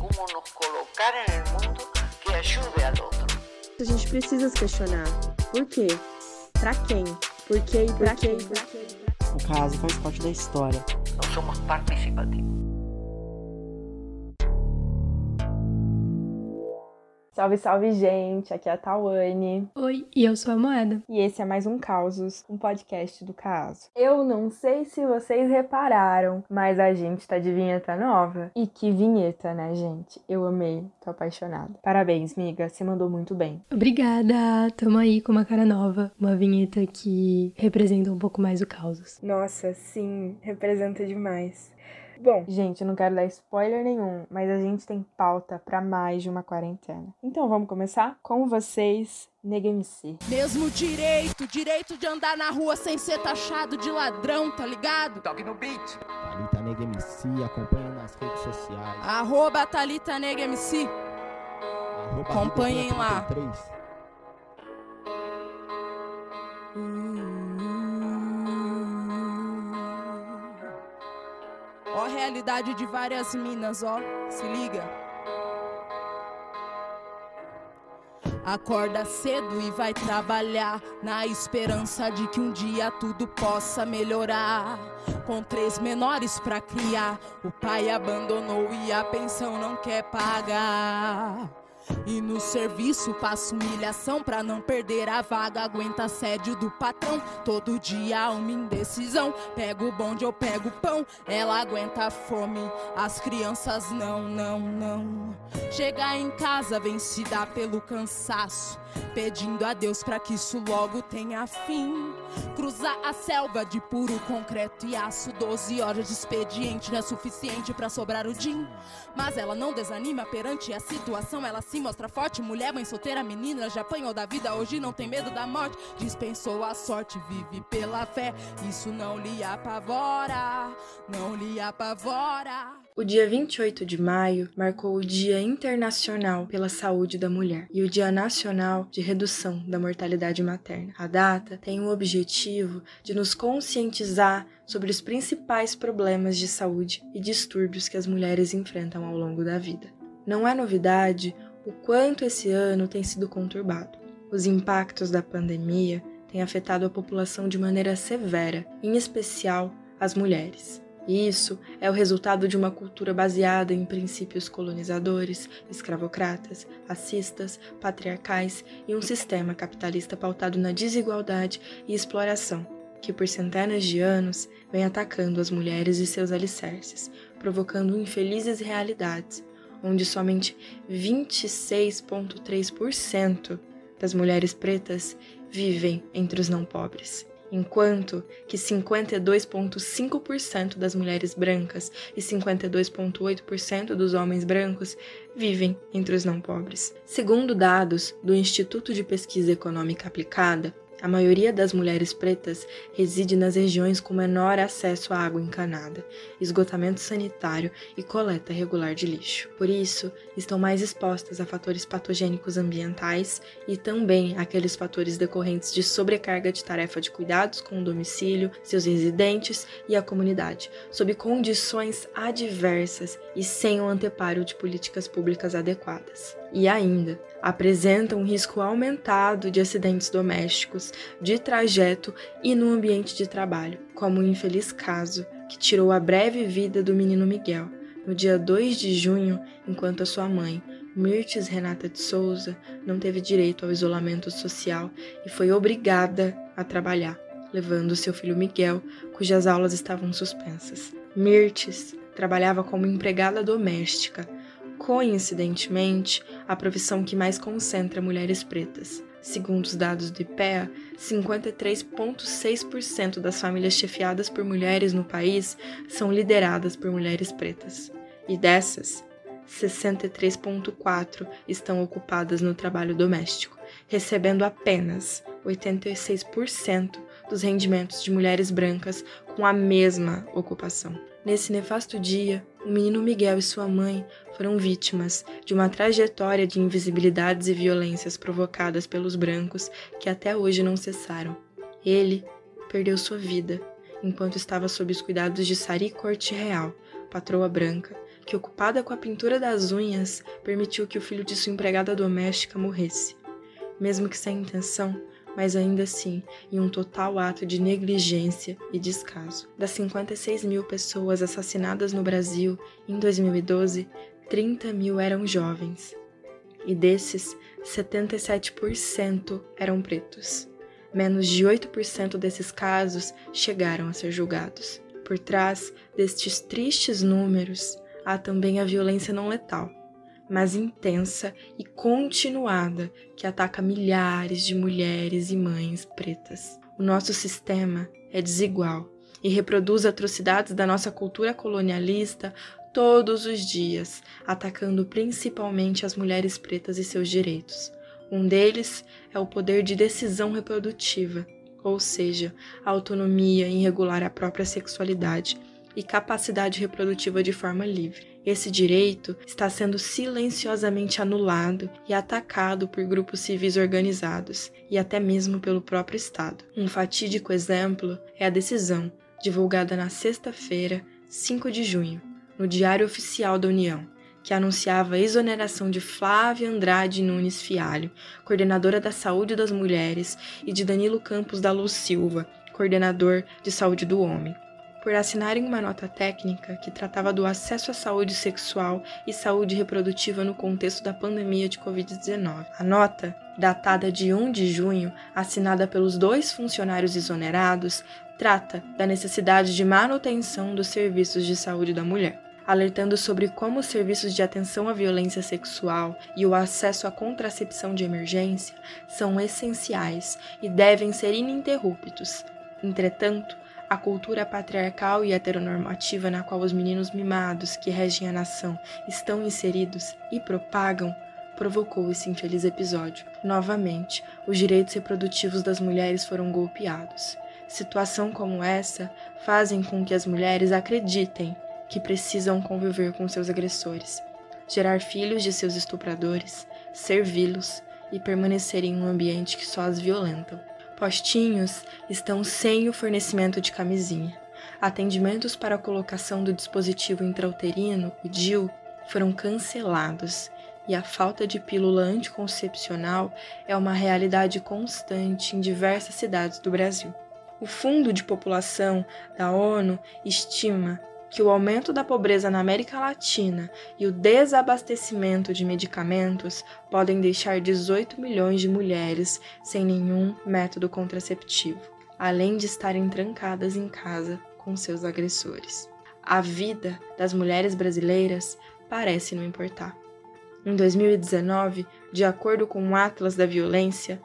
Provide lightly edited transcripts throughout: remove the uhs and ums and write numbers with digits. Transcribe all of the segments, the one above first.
como nos colocar en el mundo que ayude al otro. A gente precisa se questionar. Por quê? Pra quem? Por quê e pra quem? O caso faz parte da história. No somos participativos. Salve, salve, gente! Aqui é a Tawane. Oi, e eu sou a Moeda. E esse é mais um Causos, um podcast do Caso. Eu não sei se vocês repararam, mas a gente tá de vinheta nova. E que vinheta, né, gente? Eu amei, tô apaixonada. Parabéns, miga, você mandou muito bem. Obrigada! Tamo aí com uma cara nova. Uma vinheta que representa um pouco mais o Causos. Nossa, sim, representa demais. Bom, gente, eu não quero dar spoiler nenhum, mas a gente tem pauta pra mais de uma quarentena. Então vamos começar? Com vocês, Nega MC. Mesmo direito de andar na rua sem ser taxado de ladrão, tá ligado? Toque no beat. Thalita Nega MC, acompanha nas redes sociais. @Thalita Nega MC. Acompanhem lá. Ó, realidade de várias minas, ó, se liga. Acorda cedo e vai trabalhar, na esperança de que um dia tudo possa melhorar. Com 3 menores pra criar, o pai abandonou e a pensão não quer pagar. E no serviço passa humilhação pra não perder a vaga. Aguenta assédio do patrão, todo dia uma indecisão. Pega o bonde ou pega o pão, ela aguenta a fome, as crianças não. Chegar em casa vencida pelo cansaço, pedindo a Deus pra que isso logo tenha fim. Cruzar a selva de puro concreto e aço, 12 horas de expediente não é suficiente pra sobrar o din. Mas ela não desanima perante a situação, ela se mostra forte. Mulher, mãe solteira, menina, já apanhou da vida, hoje não tem medo da morte. Dispensou a sorte, vive pela fé, isso não lhe apavora, não lhe apavora. O dia 28 de maio marcou o Dia Internacional pela Saúde da Mulher e o Dia Nacional de Redução da Mortalidade Materna. A data tem o objetivo de nos conscientizar sobre os principais problemas de saúde e distúrbios que as mulheres enfrentam ao longo da vida. Não é novidade o quanto esse ano tem sido conturbado. Os impactos da pandemia têm afetado a população de maneira severa, em especial as mulheres. E isso é o resultado de uma cultura baseada em princípios colonizadores, escravocratas, racistas, patriarcais e um sistema capitalista pautado na desigualdade e exploração, que por centenas de anos vem atacando as mulheres e seus alicerces, provocando infelizes realidades, onde somente 26,3% das mulheres pretas vivem entre os não pobres, enquanto que 52,5% das mulheres brancas e 52,8% dos homens brancos vivem entre os não pobres. Segundo dados do Instituto de Pesquisa Econômica Aplicada, a maioria das mulheres pretas reside nas regiões com menor acesso à água encanada, esgotamento sanitário e coleta regular de lixo. Por isso, estão mais expostas a fatores patogênicos ambientais e também aqueles fatores decorrentes de sobrecarga de tarefa de cuidados com o domicílio, seus residentes e a comunidade, sob condições adversas e sem o anteparo de políticas públicas adequadas. E ainda, apresentam um risco aumentado de acidentes domésticos, de trajeto e no ambiente de trabalho, como o infeliz caso que tirou a breve vida do menino Miguel, no dia 2 de junho, enquanto a sua mãe, Mirtes Renata de Souza, não teve direito ao isolamento social e foi obrigada a trabalhar, levando seu filho Miguel, cujas aulas estavam suspensas. Mirtes trabalhava como empregada doméstica, coincidentemente, a profissão que mais concentra mulheres pretas. Segundo os dados do IPEA, 53,6% das famílias chefiadas por mulheres no país são lideradas por mulheres pretas. E dessas, 63,4% estão ocupadas no trabalho doméstico, recebendo apenas 86% dos rendimentos de mulheres brancas com a mesma ocupação. Nesse nefasto dia, o menino Miguel e sua mãe foram vítimas de uma trajetória de invisibilidades e violências provocadas pelos brancos que até hoje não cessaram. Ele perdeu sua vida enquanto estava sob os cuidados de Sari Corte Real, patroa branca, que, ocupada com a pintura das unhas, permitiu que o filho de sua empregada doméstica morresse. Mesmo que sem intenção, mas ainda assim em um total ato de negligência e descaso. Das 56 mil pessoas assassinadas no Brasil em 2012, 30 mil eram jovens. E desses, 77% eram pretos. Menos de 8% desses casos chegaram a ser julgados. Por trás destes tristes números, há também a violência não letal, mas intensa e continuada, que ataca milhares de mulheres e mães pretas. O nosso sistema é desigual e reproduz atrocidades da nossa cultura colonialista todos os dias, atacando principalmente as mulheres pretas e seus direitos. Um deles é o poder de decisão reprodutiva, ou seja, a autonomia em regular a própria sexualidade e capacidade reprodutiva de forma livre. Esse direito está sendo silenciosamente anulado e atacado por grupos civis organizados e até mesmo pelo próprio Estado. Um fatídico exemplo é a decisão, divulgada na sexta-feira, 5 de junho, no Diário Oficial da União, que anunciava a exoneração de Flávia Andrade Nunes Fialho, coordenadora da Saúde das Mulheres, e de Danilo Campos da Luz Silva, coordenador de Saúde do Homem, por assinarem uma nota técnica que tratava do acesso à saúde sexual e saúde reprodutiva no contexto da pandemia de Covid-19. A nota, datada de 1 de junho, assinada pelos 2 funcionários exonerados, trata da necessidade de manutenção dos serviços de saúde da mulher, alertando sobre como os serviços de atenção à violência sexual e o acesso à contracepção de emergência são essenciais e devem ser ininterruptos. Entretanto, a cultura patriarcal e heteronormativa na qual os meninos mimados que regem a nação estão inseridos e propagam provocou esse infeliz episódio. Novamente, os direitos reprodutivos das mulheres foram golpeados. Situação como essa fazem com que as mulheres acreditem que precisam conviver com seus agressores, gerar filhos de seus estupradores, servi-los e permanecer em um ambiente que só as violentam. Postinhos estão sem o fornecimento de camisinha. Atendimentos para a colocação do dispositivo intrauterino, o DIU, foram cancelados e a falta de pílula anticoncepcional é uma realidade constante em diversas cidades do Brasil. O Fundo de População da ONU estima que o aumento da pobreza na América Latina e o desabastecimento de medicamentos podem deixar 18 milhões de mulheres sem nenhum método contraceptivo, além de estarem trancadas em casa com seus agressores. A vida das mulheres brasileiras parece não importar. Em 2019, de acordo com o Atlas da Violência,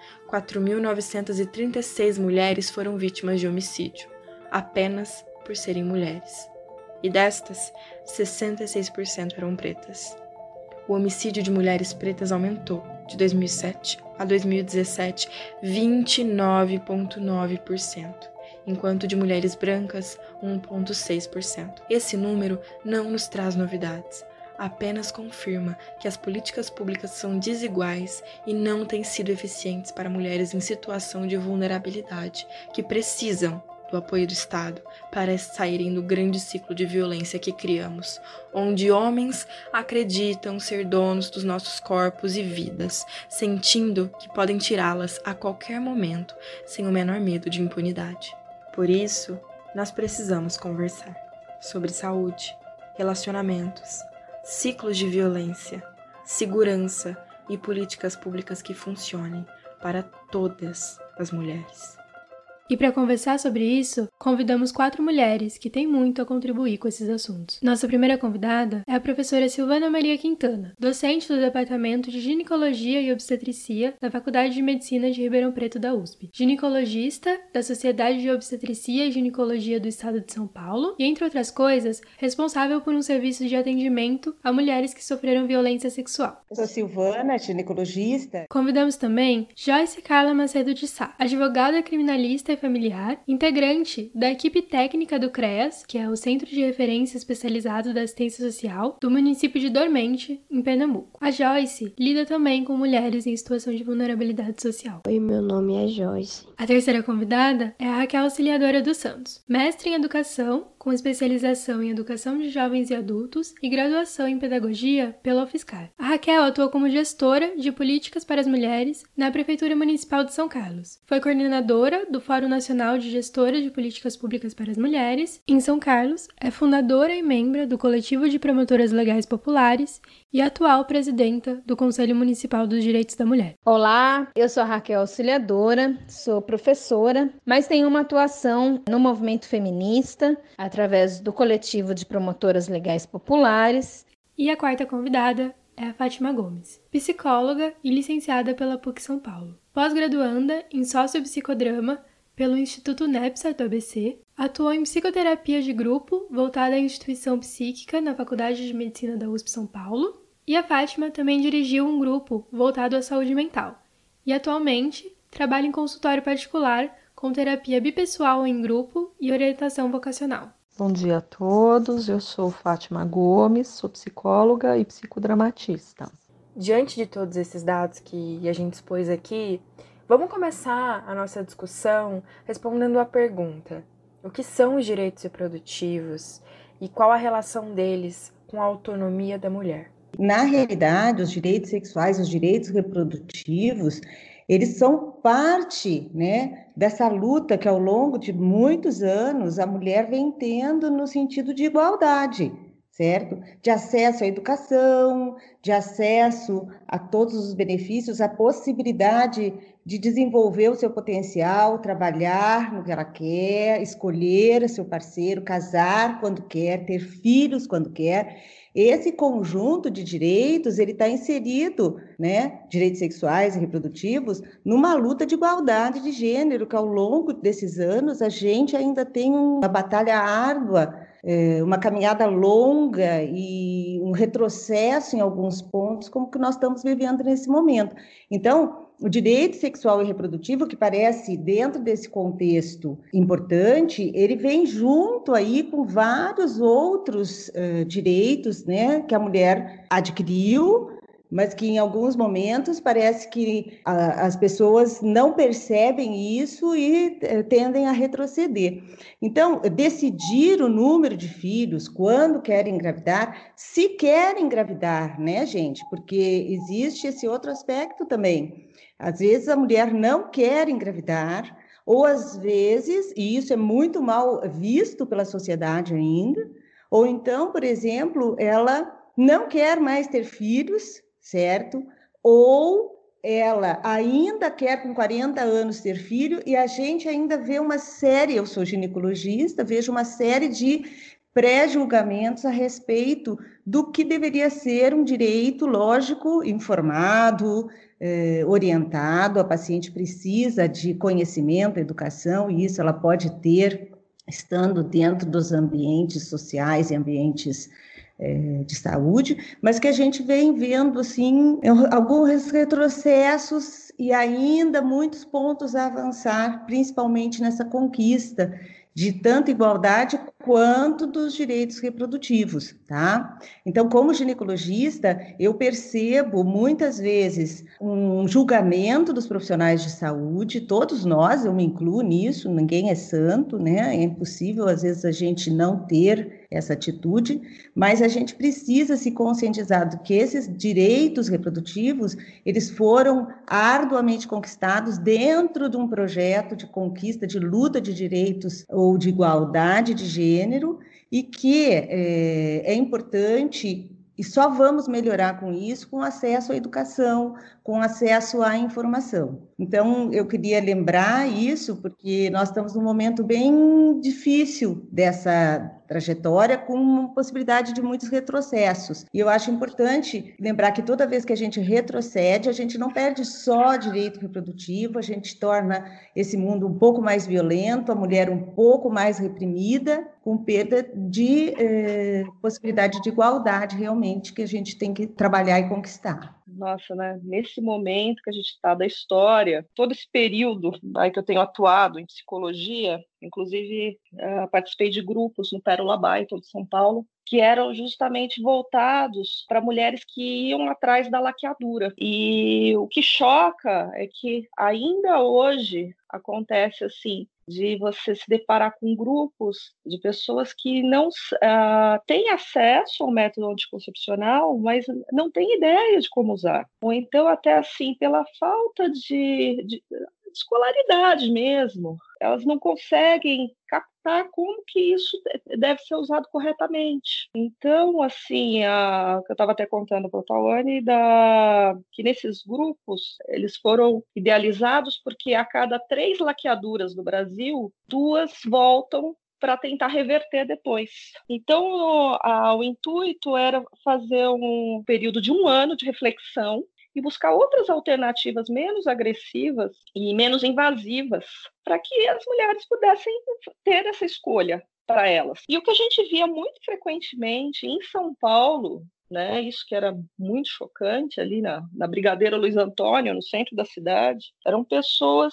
4.936 mulheres foram vítimas de homicídio, apenas por serem mulheres. E destas, 66% eram pretas. O homicídio de mulheres pretas aumentou, de 2007 a 2017, 29,9%, enquanto de mulheres brancas, 1,6%. Esse número não nos traz novidades, apenas confirma que as políticas públicas são desiguais e não têm sido eficientes para mulheres em situação de vulnerabilidade, que precisam do apoio do Estado para saírem do grande ciclo de violência que criamos, onde homens acreditam ser donos dos nossos corpos e vidas, sentindo que podem tirá-las a qualquer momento, sem o menor medo de impunidade. Por isso, nós precisamos conversar sobre saúde, relacionamentos, ciclos de violência, segurança e políticas públicas que funcionem para todas as mulheres. E para conversar sobre isso, convidamos 4 mulheres que têm muito a contribuir com esses assuntos. Nossa primeira convidada é a professora Silvana Maria Quintana, docente do Departamento de Ginecologia e Obstetricia da Faculdade de Medicina de Ribeirão Preto da USP, ginecologista da Sociedade de Obstetrícia e Ginecologia do Estado de São Paulo e, entre outras coisas, responsável por um serviço de atendimento a mulheres que sofreram violência sexual. Eu sou Silvana, ginecologista. Convidamos também Joyce Carla Macedo de Sá, advogada criminalista e familiar, integrante da equipe técnica do CREAS, que é o Centro de Referência Especializado da Assistência Social do município de Dormente, em Pernambuco. A Joyce lida também com mulheres em situação de vulnerabilidade social. Oi, meu nome é Joyce. A terceira convidada é a Raquel Auxiliadora dos Santos, mestre em Educação com especialização em Educação de Jovens e Adultos e graduação em Pedagogia pela UFSCar. A Raquel atua como gestora de políticas para as mulheres na Prefeitura Municipal de São Carlos. Foi coordenadora do Fórum Nacional de Gestoras de Políticas Públicas para as Mulheres em São Carlos, é fundadora e membro do Coletivo de Promotoras Legais Populares e atual presidenta do Conselho Municipal dos Direitos da Mulher. Olá, eu sou a Raquel Auxiliadora, sou professora, mas tenho uma atuação no movimento feminista, através do Coletivo de Promotoras Legais Populares. E a quarta convidada é a Fátima Gomes, psicóloga e licenciada pela PUC São Paulo. Pós-graduanda em Sociopsicodrama pelo Instituto NEPSA do ABC, atuou em psicoterapia de grupo voltada à instituição psíquica na Faculdade de Medicina da USP São Paulo, e a Fátima também dirigiu um grupo voltado à saúde mental, e atualmente trabalha em consultório particular com terapia bipessoal em grupo e orientação vocacional. Bom dia a todos, eu sou Fátima Gomes, sou psicóloga e psicodramatista. Diante de todos esses dados que a gente expôs aqui, vamos começar a nossa discussão respondendo a pergunta: o que são os direitos reprodutivos e qual a relação deles com a autonomia da mulher? Na realidade, os direitos sexuais, os direitos reprodutivos, eles são parte, né, dessa luta que ao longo de muitos anos a mulher vem tendo no sentido de igualdade, certo? De acesso à educação, de acesso a todos os benefícios, a possibilidade de desenvolver o seu potencial, trabalhar no que ela quer, escolher seu parceiro, casar quando quer, ter filhos quando quer. Esse conjunto de direitos, ele está inserido, né, direitos sexuais e reprodutivos, numa luta de igualdade de gênero, que ao longo desses anos a gente ainda tem uma batalha árdua, uma caminhada longa e um retrocesso em alguns pontos, como que nós estamos vivendo nesse momento. Então, o direito sexual e reprodutivo, que parece dentro desse contexto importante, ele vem junto aí com vários outros direitos, né, que a mulher adquiriu, mas que em alguns momentos parece que as pessoas não percebem isso e tendem a retroceder. Então, decidir o número de filhos, quando querem engravidar, se querem engravidar, né, gente? Porque existe esse outro aspecto também. Às vezes a mulher não quer engravidar, ou às vezes, e isso é muito mal visto pela sociedade ainda, ou então, por exemplo, ela não quer mais ter filhos, certo? Ou ela ainda quer com 40 anos ter filho e a gente ainda vê uma série, eu sou ginecologista, vejo uma série de pré-julgamentos a respeito do que deveria ser um direito lógico, informado, orientado. A paciente precisa de conhecimento, educação, e isso ela pode ter estando dentro dos ambientes sociais e ambientes de saúde, mas que a gente vem vendo, assim, alguns retrocessos e ainda muitos pontos a avançar, principalmente nessa conquista de tanto igualdade quanto dos direitos reprodutivos, tá? Então, como ginecologista, eu percebo muitas vezes um julgamento dos profissionais de saúde, todos nós, eu me incluo nisso, ninguém é santo, né? É impossível, às vezes, a gente não ter essa atitude, mas a gente precisa se conscientizar de que esses direitos reprodutivos, eles foram arduamente conquistados dentro de um projeto de conquista, de luta de direitos ou de igualdade de gênero, e que é importante, e só vamos melhorar com isso, com acesso à educação, com acesso à informação. Então, eu queria lembrar isso, porque nós estamos num momento bem difícil dessa trajetória, com possibilidade de muitos retrocessos. E eu acho importante lembrar que toda vez que a gente retrocede, a gente não perde só direito reprodutivo, a gente torna esse mundo um pouco mais violento, a mulher um pouco mais reprimida, com perda de possibilidade de igualdade, realmente, que a gente tem que trabalhar e conquistar. Nossa, né? Nesse momento que a gente está da história, todo esse período aí que eu tenho atuado em psicologia, inclusive participei de grupos no Pérola Baito de São Paulo, que eram justamente voltados para mulheres que iam atrás da laqueadura. E o que choca é que ainda hoje acontece assim, de você se deparar com grupos de pessoas que não têm acesso ao método anticoncepcional, mas não têm ideia de como usar. Ou então, até assim, pela falta de escolaridade mesmo, elas não conseguem captar como que isso deve ser usado corretamente. Então, assim, eu estava até contando para o Tawane que nesses grupos eles foram idealizados porque a cada 3 laqueaduras do Brasil, 2 voltam para tentar reverter depois. Então, o intuito era fazer um período de 1 ano de reflexão e buscar outras alternativas menos agressivas e menos invasivas para que as mulheres pudessem ter essa escolha para elas. E o que a gente via muito frequentemente em São Paulo, né, isso que era muito chocante ali na Brigadeiro Luiz Antônio, no centro da cidade, eram pessoas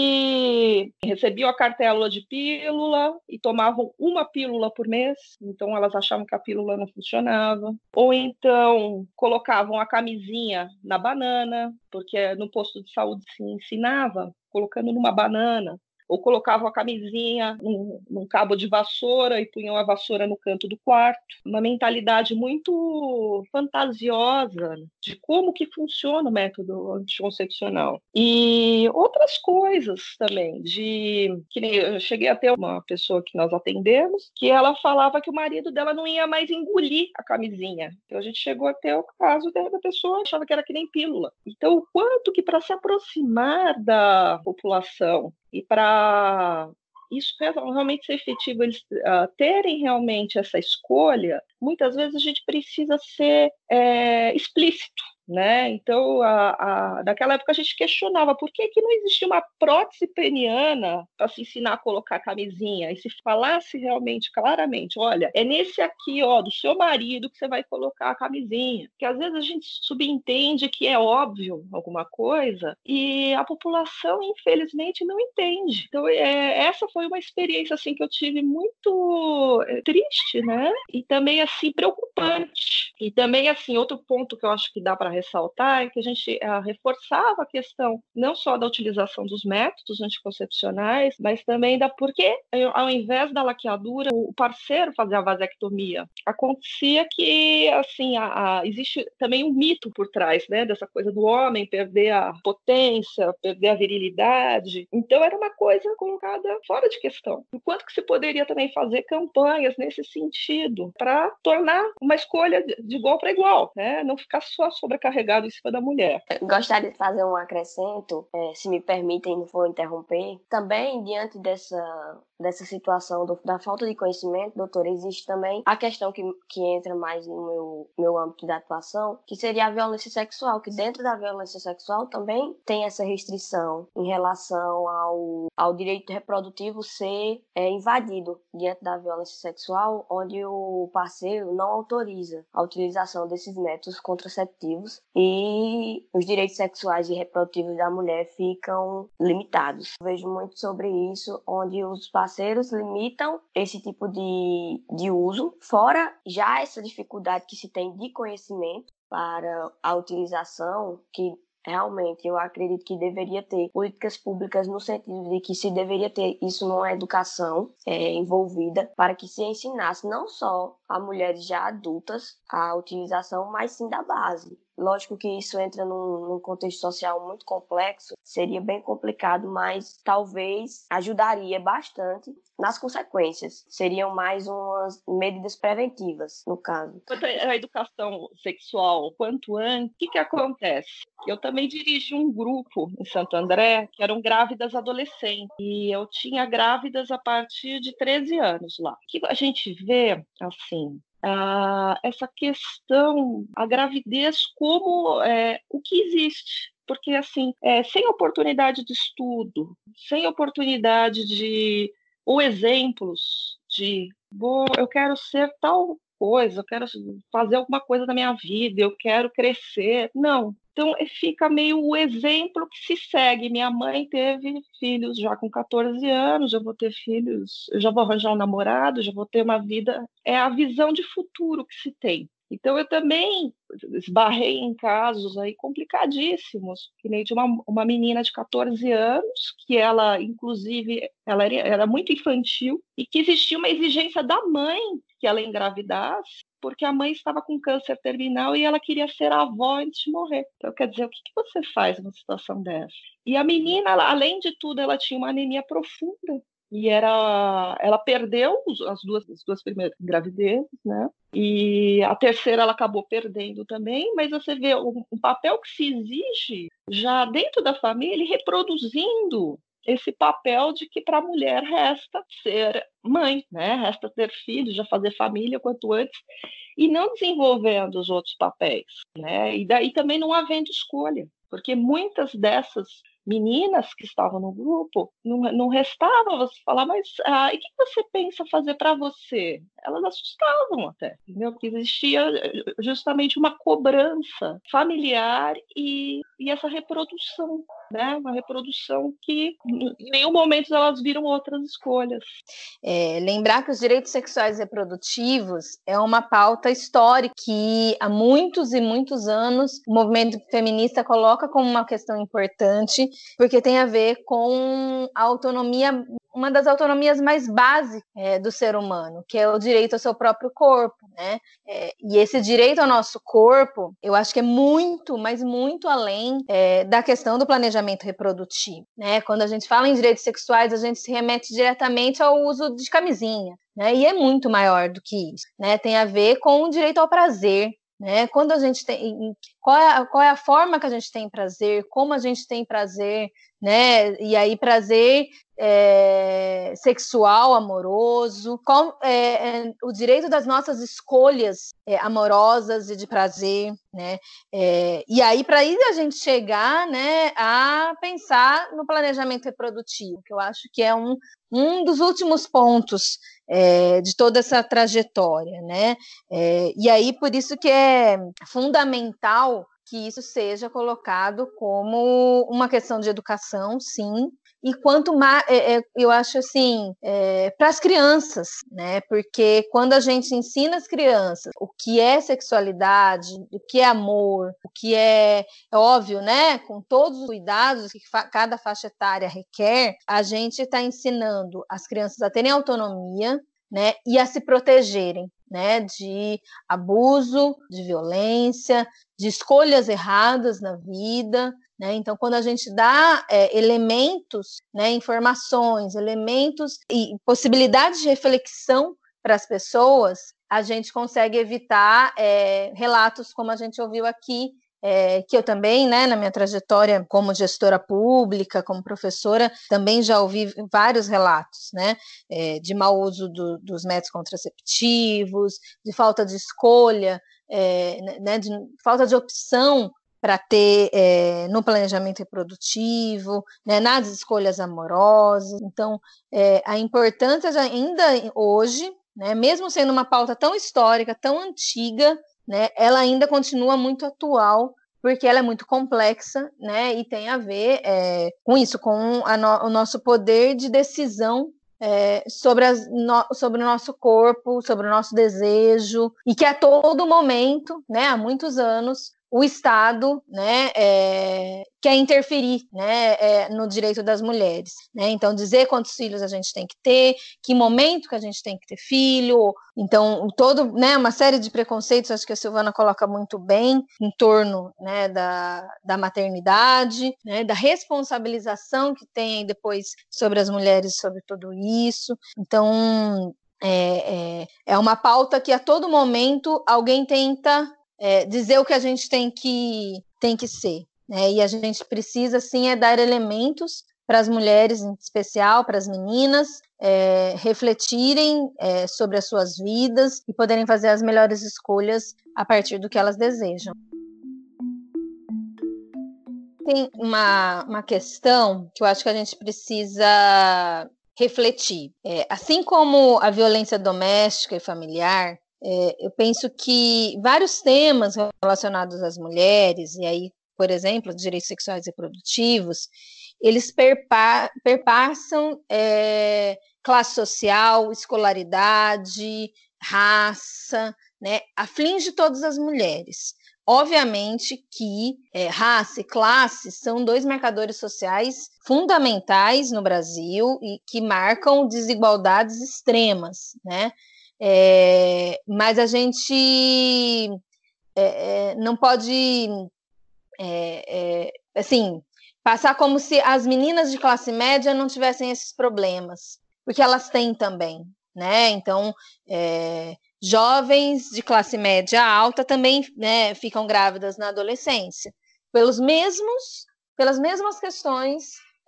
que recebiam a cartela de pílula e tomavam 1 pílula por mês, então elas achavam que a pílula não funcionava, ou então colocavam a camisinha na banana, porque no posto de saúde se ensinava colocando numa banana, ou colocavam a camisinha num cabo de vassoura e punham a vassoura no canto do quarto. Uma mentalidade muito fantasiosa de como que funciona o método anticoncepcional. E outras coisas também, que nem eu cheguei a ter uma pessoa que nós atendemos, que ela falava que o marido dela não ia mais engolir a camisinha. Então a gente chegou a ter o caso da pessoa achava que era que nem pílula. Então o quanto que para se aproximar da população e para isso realmente ser efetivo, eles terem realmente essa escolha, muitas vezes a gente precisa ser explícito, né? Então, naquela época a gente questionava por que não existia uma prótese peniana para se ensinar a colocar camisinha, e se falasse realmente, claramente, olha, é nesse aqui, ó, do seu marido que você vai colocar a camisinha. Porque às vezes a gente subentende que é óbvio alguma coisa e a população, infelizmente, não entende. Então, essa foi uma experiência, assim, que eu tive muito triste, né? E também, assim, preocupante. E também, assim, outro ponto que eu acho que dá para ressaltar é que a gente reforçava a questão não só da utilização dos métodos anticoncepcionais, mas também da porque, ao invés da laqueadura, o parceiro fazia a vasectomia. Acontecia que, assim, existe também um mito por trás, né, dessa coisa do homem perder a potência, perder a virilidade. Então, era uma coisa colocada fora de questão. Enquanto que se poderia também fazer campanhas nesse sentido, para tornar uma escolha de igual para igual, né? Não ficar só sobrecarregado em cima da mulher. Gostaria de fazer um acrescento, se me permitem, não vou interromper. Também, diante dessa situação da falta de conhecimento, doutora, existe também a questão que entra mais no meu âmbito de atuação, que seria a violência sexual, que dentro da violência sexual também tem essa restrição em relação ao direito reprodutivo ser invadido diante da violência sexual, onde o parceiro não autoriza a utilização desses métodos contraceptivos e os direitos sexuais e reprodutivos da mulher ficam limitados. Eu vejo muito sobre isso, onde os parceiros limitam esse tipo de uso, fora já essa dificuldade que se tem de conhecimento para a utilização, que realmente eu acredito que deveria ter políticas públicas no sentido de que se deveria ter isso numa educação envolvida, para que se ensinasse não só a mulheres já adultas a utilização, mas sim da base. Lógico que isso entra num contexto social muito complexo, seria bem complicado, mas talvez ajudaria bastante nas consequências. Seriam mais umas medidas preventivas, no caso. Quanto à educação sexual, quanto antes, o que acontece? Eu também dirigi um grupo em Santo André, que eram grávidas adolescentes, e eu tinha grávidas a partir de 13 anos lá. O que a gente vê, assim, essa questão, a gravidez como o que existe. Porque, assim, sem oportunidade de estudo, sem oportunidade ou exemplos de, eu quero ser tal coisa, eu quero fazer alguma coisa na minha vida, eu quero crescer. Não. Então, fica meio o exemplo que se segue. Minha mãe teve filhos já com 14 anos, já vou ter filhos, eu já vou arranjar um namorado, já vou ter uma vida. É a visão de futuro que se tem. Então, eu também esbarrei em casos aí complicadíssimos, que nem de uma menina de 14 anos, que ela, inclusive, ela era muito infantil, e que existia uma exigência da mãe que ela engravidasse, porque a mãe estava com câncer terminal e ela queria ser avó antes de morrer. Então, quer dizer, o que você faz numa situação dessa? E a menina, além de tudo, ela tinha uma anemia profunda, e ela perdeu as duas primeiras gravidezes, né? E a terceira ela acabou perdendo também, mas você vê um papel que se exige já dentro da família, ele reproduzindo esse papel de que para a mulher resta ser mãe, né? Resta ter filhos, já fazer família quanto antes, e não desenvolvendo os outros papéis, né? E daí também não havendo escolha, porque muitas dessas meninas que estavam no grupo, não restava você falar, mas e o que você pensa fazer para você? Elas assustavam até, entendeu? Porque existia justamente uma cobrança familiar e essa reprodução, né? Uma reprodução que em nenhum momento elas viram outras escolhas. Lembrar que os direitos sexuais e reprodutivos é uma pauta histórica que há muitos e muitos anos o movimento feminista coloca como uma questão importante, porque tem a ver com a autonomia, uma das autonomias mais básicas do ser humano, que é o direito ao seu próprio corpo, né? E esse direito ao nosso corpo, eu acho que é muito, mas muito além da questão do planejamento reprodutivo, né? Quando a gente fala em direitos sexuais, a gente se remete diretamente ao uso de camisinha, né? E é muito maior do que isso, né? Tem a ver com o direito ao prazer, né? Quando a gente tem, qual é a forma que a gente tem prazer, como a gente tem prazer, né? E aí prazer sexual, amoroso, qual o direito das nossas escolhas amorosas e de prazer, né? E aí para aí a gente chegar, né, a pensar no planejamento reprodutivo, que eu acho que é um dos últimos pontos de toda essa trajetória, né? E aí por isso que é fundamental que isso seja colocado como uma questão de educação, sim, e quanto mais, eu acho assim, para as crianças, né? Porque quando a gente ensina as crianças o que é sexualidade, o que é amor, o que é óbvio, né? Com todos os cuidados que cada faixa etária requer, a gente está ensinando as crianças a terem autonomia, né? E a se protegerem, né? De abuso, de violência, de escolhas erradas na vida, né? Então, quando a gente dá elementos, né, informações, elementos e possibilidades de reflexão para as pessoas, a gente consegue evitar relatos como a gente ouviu aqui, que eu também, né, na minha trajetória como gestora pública, como professora, também já ouvi vários relatos, né, de mau uso dos métodos contraceptivos, de falta de escolha, né, de falta de opção para ter no planejamento reprodutivo, né, nas escolhas amorosas. Então, a importância ainda hoje, né, mesmo sendo uma pauta tão histórica, tão antiga, né, ela ainda continua muito atual, porque ela é muito complexa, né, e tem a ver com isso, com o nosso poder de decisão sobre o nosso corpo, sobre o nosso desejo, e que a todo momento, né, há muitos anos, o Estado, né, quer interferir, né, no direito das mulheres, né? Então, dizer quantos filhos a gente tem que ter, que momento que a gente tem que ter filho, então, né, uma série de preconceitos, acho que a Silvana coloca muito bem, em torno, né, da maternidade, né, da responsabilização que tem depois sobre as mulheres, sobre tudo isso. Então, é uma pauta que a todo momento alguém tenta dizer o que a gente tem que ser, né? E a gente precisa, sim, dar elementos para as mulheres, em especial, para as meninas, refletirem sobre as suas vidas e poderem fazer as melhores escolhas a partir do que elas desejam. Tem uma questão que eu acho que a gente precisa refletir. Assim como a violência doméstica e familiar, eu penso que vários temas relacionados às mulheres, e aí, por exemplo, direitos sexuais e reprodutivos, eles perpassam classe social, escolaridade, raça, né, aflige todas as mulheres. Obviamente que raça e classe são 2 marcadores sociais fundamentais no Brasil e que marcam desigualdades extremas, né? Mas a gente não pode assim, passar como se as meninas de classe média não tivessem esses problemas, porque elas têm também, né? Então, jovens de classe média alta também, né, ficam grávidas na adolescência, pelas mesmas questões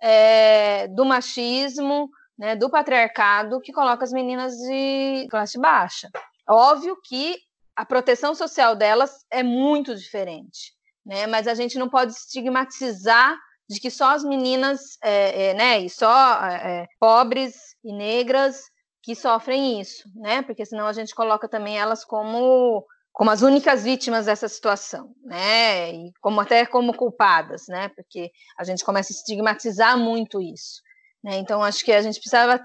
do machismo, né, do patriarcado que coloca as meninas de classe baixa. Óbvio que a proteção social delas é muito diferente, né, mas a gente não pode estigmatizar de que só as meninas, né, e só pobres e negras que sofrem isso, né? Porque senão a gente coloca também elas como as únicas vítimas dessa situação, né? E até como culpadas, né? Porque a gente começa a estigmatizar muito isso, né? Então acho que a gente precisava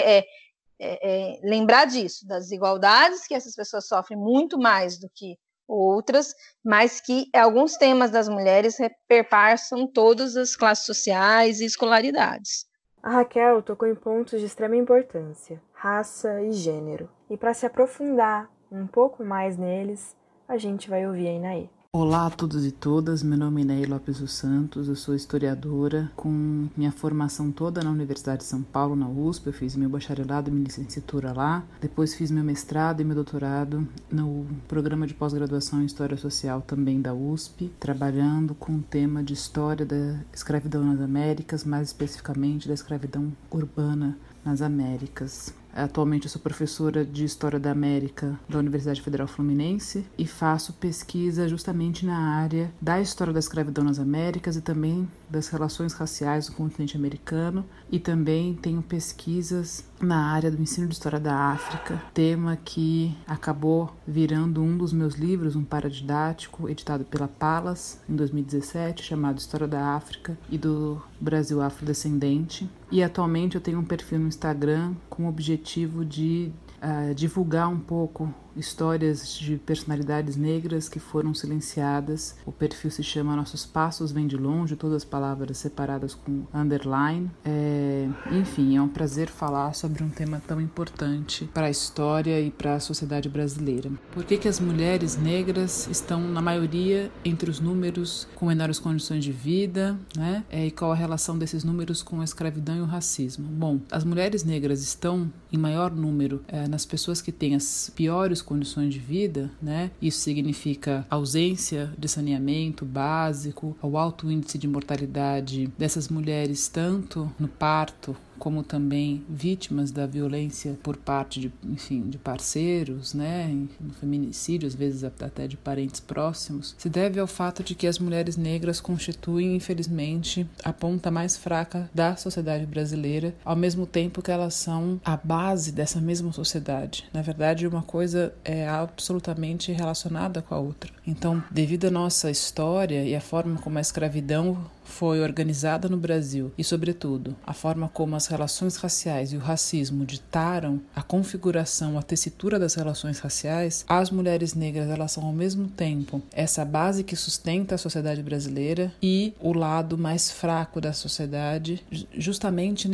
lembrar disso, das desigualdades que essas pessoas sofrem muito mais do que outras, mas que alguns temas das mulheres perpassam todas as classes sociais e escolaridades. A Raquel tocou em pontos de extrema importância, raça e gênero. E para se aprofundar um pouco mais neles, a gente vai ouvir a Inaê. Olá a todos e todas, meu nome é Inaê Lopes dos Santos, eu sou historiadora, com minha formação toda na Universidade de São Paulo, na USP, eu fiz meu bacharelado e minha licenciatura lá, depois fiz meu mestrado e meu doutorado no programa de pós-graduação em História Social também da USP, trabalhando com o tema de História da Escravidão nas Américas, mais especificamente da escravidão urbana nas Américas. Atualmente eu sou professora de História da América da Universidade Federal Fluminense e faço pesquisa justamente na área da história da escravidão nas Américas e também das relações raciais no continente americano, e também tenho pesquisas na área do ensino de História da África, tema que acabou virando um dos meus livros, um paradidático, editado pela Palas em 2017, chamado História da África e do Brasil Afrodescendente. E atualmente eu tenho um perfil no Instagram com o objetivo de divulgar um pouco histórias de personalidades negras que foram silenciadas. O perfil se chama Nossos Passos Vêm de Longe, todas as palavras separadas com underline. Enfim, é um prazer falar sobre um tema tão importante para a história e para a sociedade brasileira. Por que as mulheres negras estão, na maioria, entre os números com menores condições de vida, né? E qual a relação desses números com a escravidão e o racismo? Bom, as mulheres negras estão em maior número nas pessoas que têm as piores condições de vida, né? Isso significa ausência de saneamento básico, o alto índice de mortalidade dessas mulheres, tanto no parto como também vítimas da violência por parte de parceiros, né, no feminicídio, às vezes até de parentes próximos, se deve ao fato de que as mulheres negras constituem, infelizmente, a ponta mais fraca da sociedade brasileira, ao mesmo tempo que elas são a base dessa mesma sociedade. Na verdade, uma coisa é absolutamente relacionada com a outra. Então, devido à nossa história e à forma como a escravidão foi organizada no Brasil e, sobretudo, a forma como as relações raciais e o racismo ditaram a configuração, a tessitura das relações raciais, as mulheres negras, elas são ao mesmo tempo essa base que sustenta a sociedade brasileira e o lado mais fraco da sociedade, justamente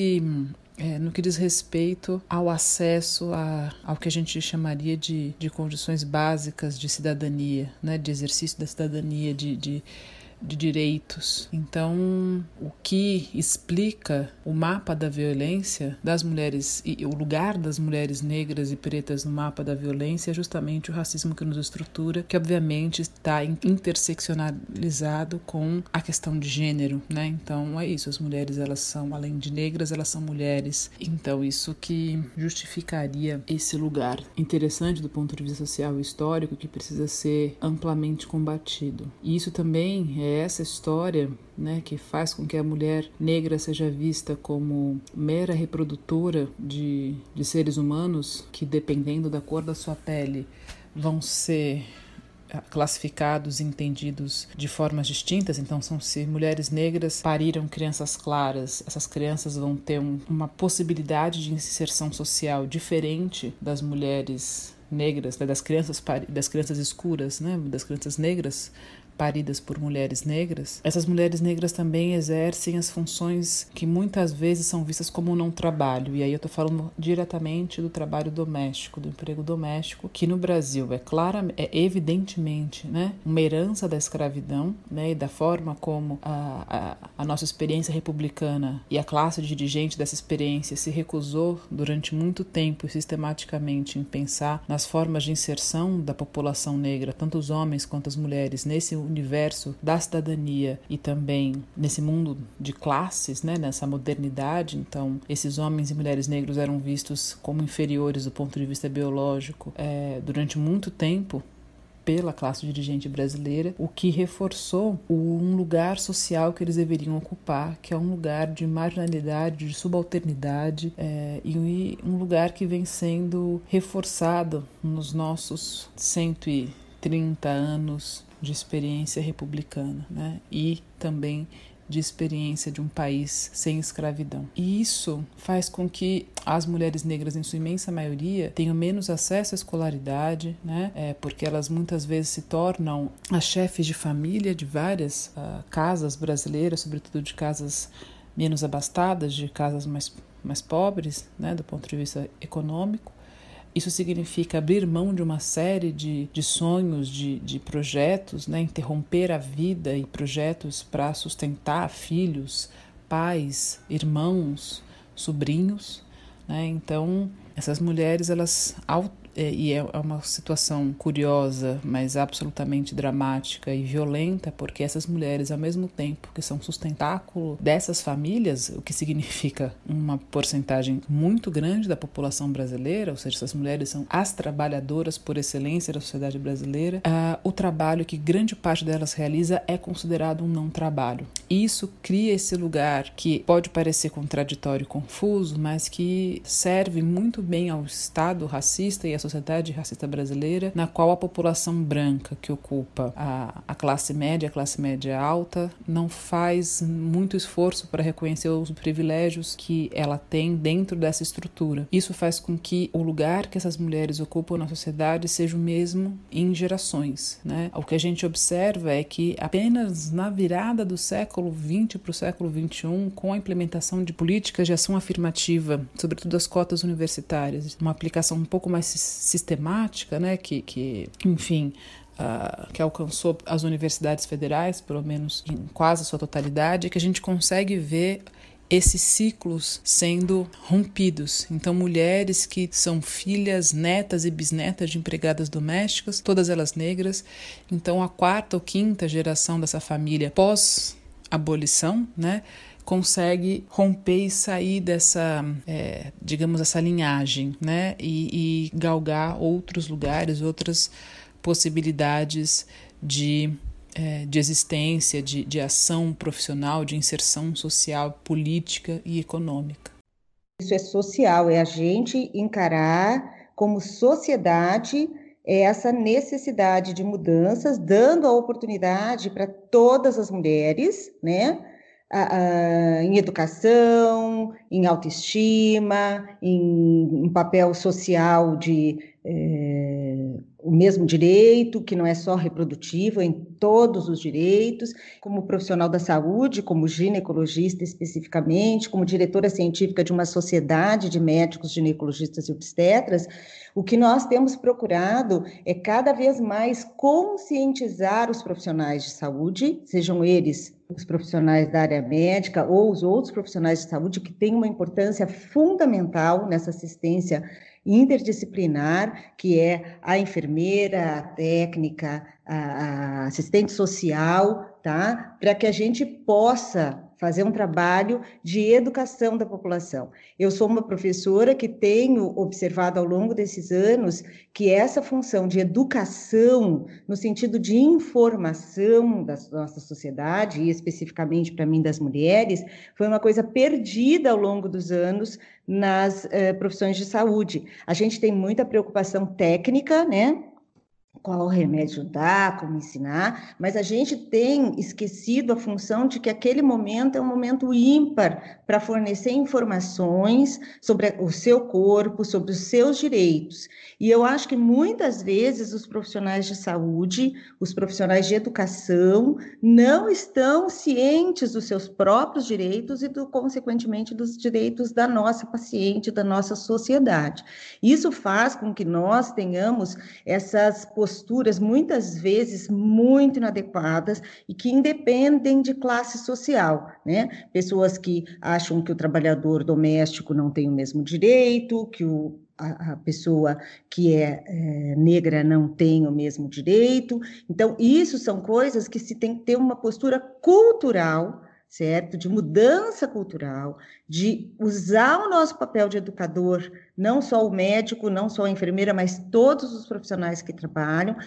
no que diz respeito ao acesso ao que a gente chamaria de condições básicas de cidadania, né, de exercício da cidadania, de direitos. Então, o que explica o mapa da violência das mulheres e o lugar das mulheres negras e pretas no mapa da violência é justamente o racismo que nos estrutura, que obviamente está interseccionalizado com a questão de gênero, né? Então, é isso, as mulheres, elas são, além de negras, elas são mulheres. Então, isso que justificaria esse lugar interessante do ponto de vista social e histórico que precisa ser amplamente combatido. E isso também é essa história, né, que faz com que a mulher negra seja vista como mera reprodutora de seres humanos que, dependendo da cor da sua pele, vão ser classificados e entendidos de formas distintas. Então, se mulheres negras pariram crianças claras, essas crianças vão ter uma possibilidade de inserção social diferente das mulheres negras, né, das crianças escuras, né, das crianças negras paridas por mulheres negras, essas mulheres negras também exercem as funções que muitas vezes são vistas como não trabalho. E aí eu estou falando diretamente do trabalho doméstico, do emprego doméstico, que no Brasil é evidentemente, né, uma herança da escravidão, né, e da forma como a nossa experiência republicana e a classe dirigente dessa experiência se recusou durante muito tempo e sistematicamente em pensar nas formas de inserção da população negra, tanto os homens quanto as mulheres, nesse universo da cidadania e também nesse mundo de classes, né, nessa modernidade. Então, esses homens e mulheres negros eram vistos como inferiores do ponto de vista biológico durante muito tempo pela classe dirigente brasileira, o que reforçou um lugar social que eles deveriam ocupar, que é um lugar de marginalidade, de subalternidade, e um lugar que vem sendo reforçado nos nossos 130 anos de experiência republicana, né? E também de experiência de um país sem escravidão. E isso faz com que as mulheres negras, em sua imensa maioria, tenham menos acesso à escolaridade, né? Porque elas muitas vezes se tornam as chefes de família de várias casas brasileiras, sobretudo de casas menos abastadas, de casas mais pobres, né? Do ponto de vista econômico. Isso significa abrir mão de uma série de sonhos, de projetos, né? Interromper a vida e projetos para sustentar filhos, pais, irmãos, sobrinhos, né? Então, essas mulheres, e é uma situação curiosa, mas absolutamente dramática e violenta, porque essas mulheres, ao mesmo tempo que são sustentáculo dessas famílias, o que significa uma porcentagem muito grande da população brasileira, ou seja, essas mulheres são as trabalhadoras por excelência da sociedade brasileira, o trabalho que grande parte delas realiza é considerado um não trabalho. Isso cria esse lugar que pode parecer contraditório e confuso, mas que serve muito bem ao Estado racista e à sociedade racista brasileira, na qual a população branca que ocupa a classe média alta, não faz muito esforço para reconhecer os privilégios que ela tem dentro dessa estrutura. Isso faz com que o lugar que essas mulheres ocupam na sociedade seja o mesmo em gerações, né? O que a gente observa é que apenas na virada do século XX para o século XXI, com a implementação de políticas de ação afirmativa, sobretudo as cotas universitárias, uma aplicação um pouco mais sistemática, né, que alcançou as universidades federais, pelo menos em quase a sua totalidade, é que a gente consegue ver esses ciclos sendo rompidos. Então, mulheres que são filhas, netas e bisnetas de empregadas domésticas, todas elas negras. Então, a quarta ou quinta geração dessa família pós-abolição, né, consegue romper e sair dessa, essa linhagem, né, e galgar outros lugares, outras possibilidades de existência, de ação profissional, de inserção social, política e econômica. Isso é social, é a gente encarar como sociedade essa necessidade de mudanças, dando a oportunidade para todas as mulheres, né? Em educação, em autoestima, em papel social de o mesmo direito, que não é só reprodutivo, em todos os direitos, como profissional da saúde, como ginecologista especificamente, como diretora científica de uma sociedade de médicos, ginecologistas e obstetras. O que nós temos procurado é cada vez mais conscientizar os profissionais de saúde, sejam eles os profissionais da área médica ou os outros profissionais de saúde, que têm uma importância fundamental nessa assistência interdisciplinar, que é a enfermeira, a técnica, a assistente social, tá? Para que a gente possa fazer um trabalho de educação da população. Eu sou uma professora que tenho observado ao longo desses anos que essa função de educação, no sentido de informação da nossa sociedade, e especificamente para mim das mulheres, foi uma coisa perdida ao longo dos anos nas profissões de saúde. A gente tem muita preocupação técnica, né? qual remédio dar, como ensinar, mas a gente tem esquecido a função de que aquele momento é um momento ímpar para fornecer informações sobre o seu corpo, sobre os seus direitos. E eu acho que muitas vezes os profissionais de saúde, os profissionais de educação, não estão cientes dos seus próprios direitos e, consequentemente, dos direitos da nossa paciente, da nossa sociedade. Isso faz com que nós tenhamos essas posturas, muitas vezes, muito inadequadas e que independem de classe social, né? Pessoas que acham que o trabalhador doméstico não tem o mesmo direito, que a pessoa que é negra não tem o mesmo direito. Então, isso são coisas que se tem que ter uma postura cultural, certo? De mudança cultural, de usar o nosso papel de educador, não só o médico, não só a enfermeira, mas todos os profissionais que trabalham,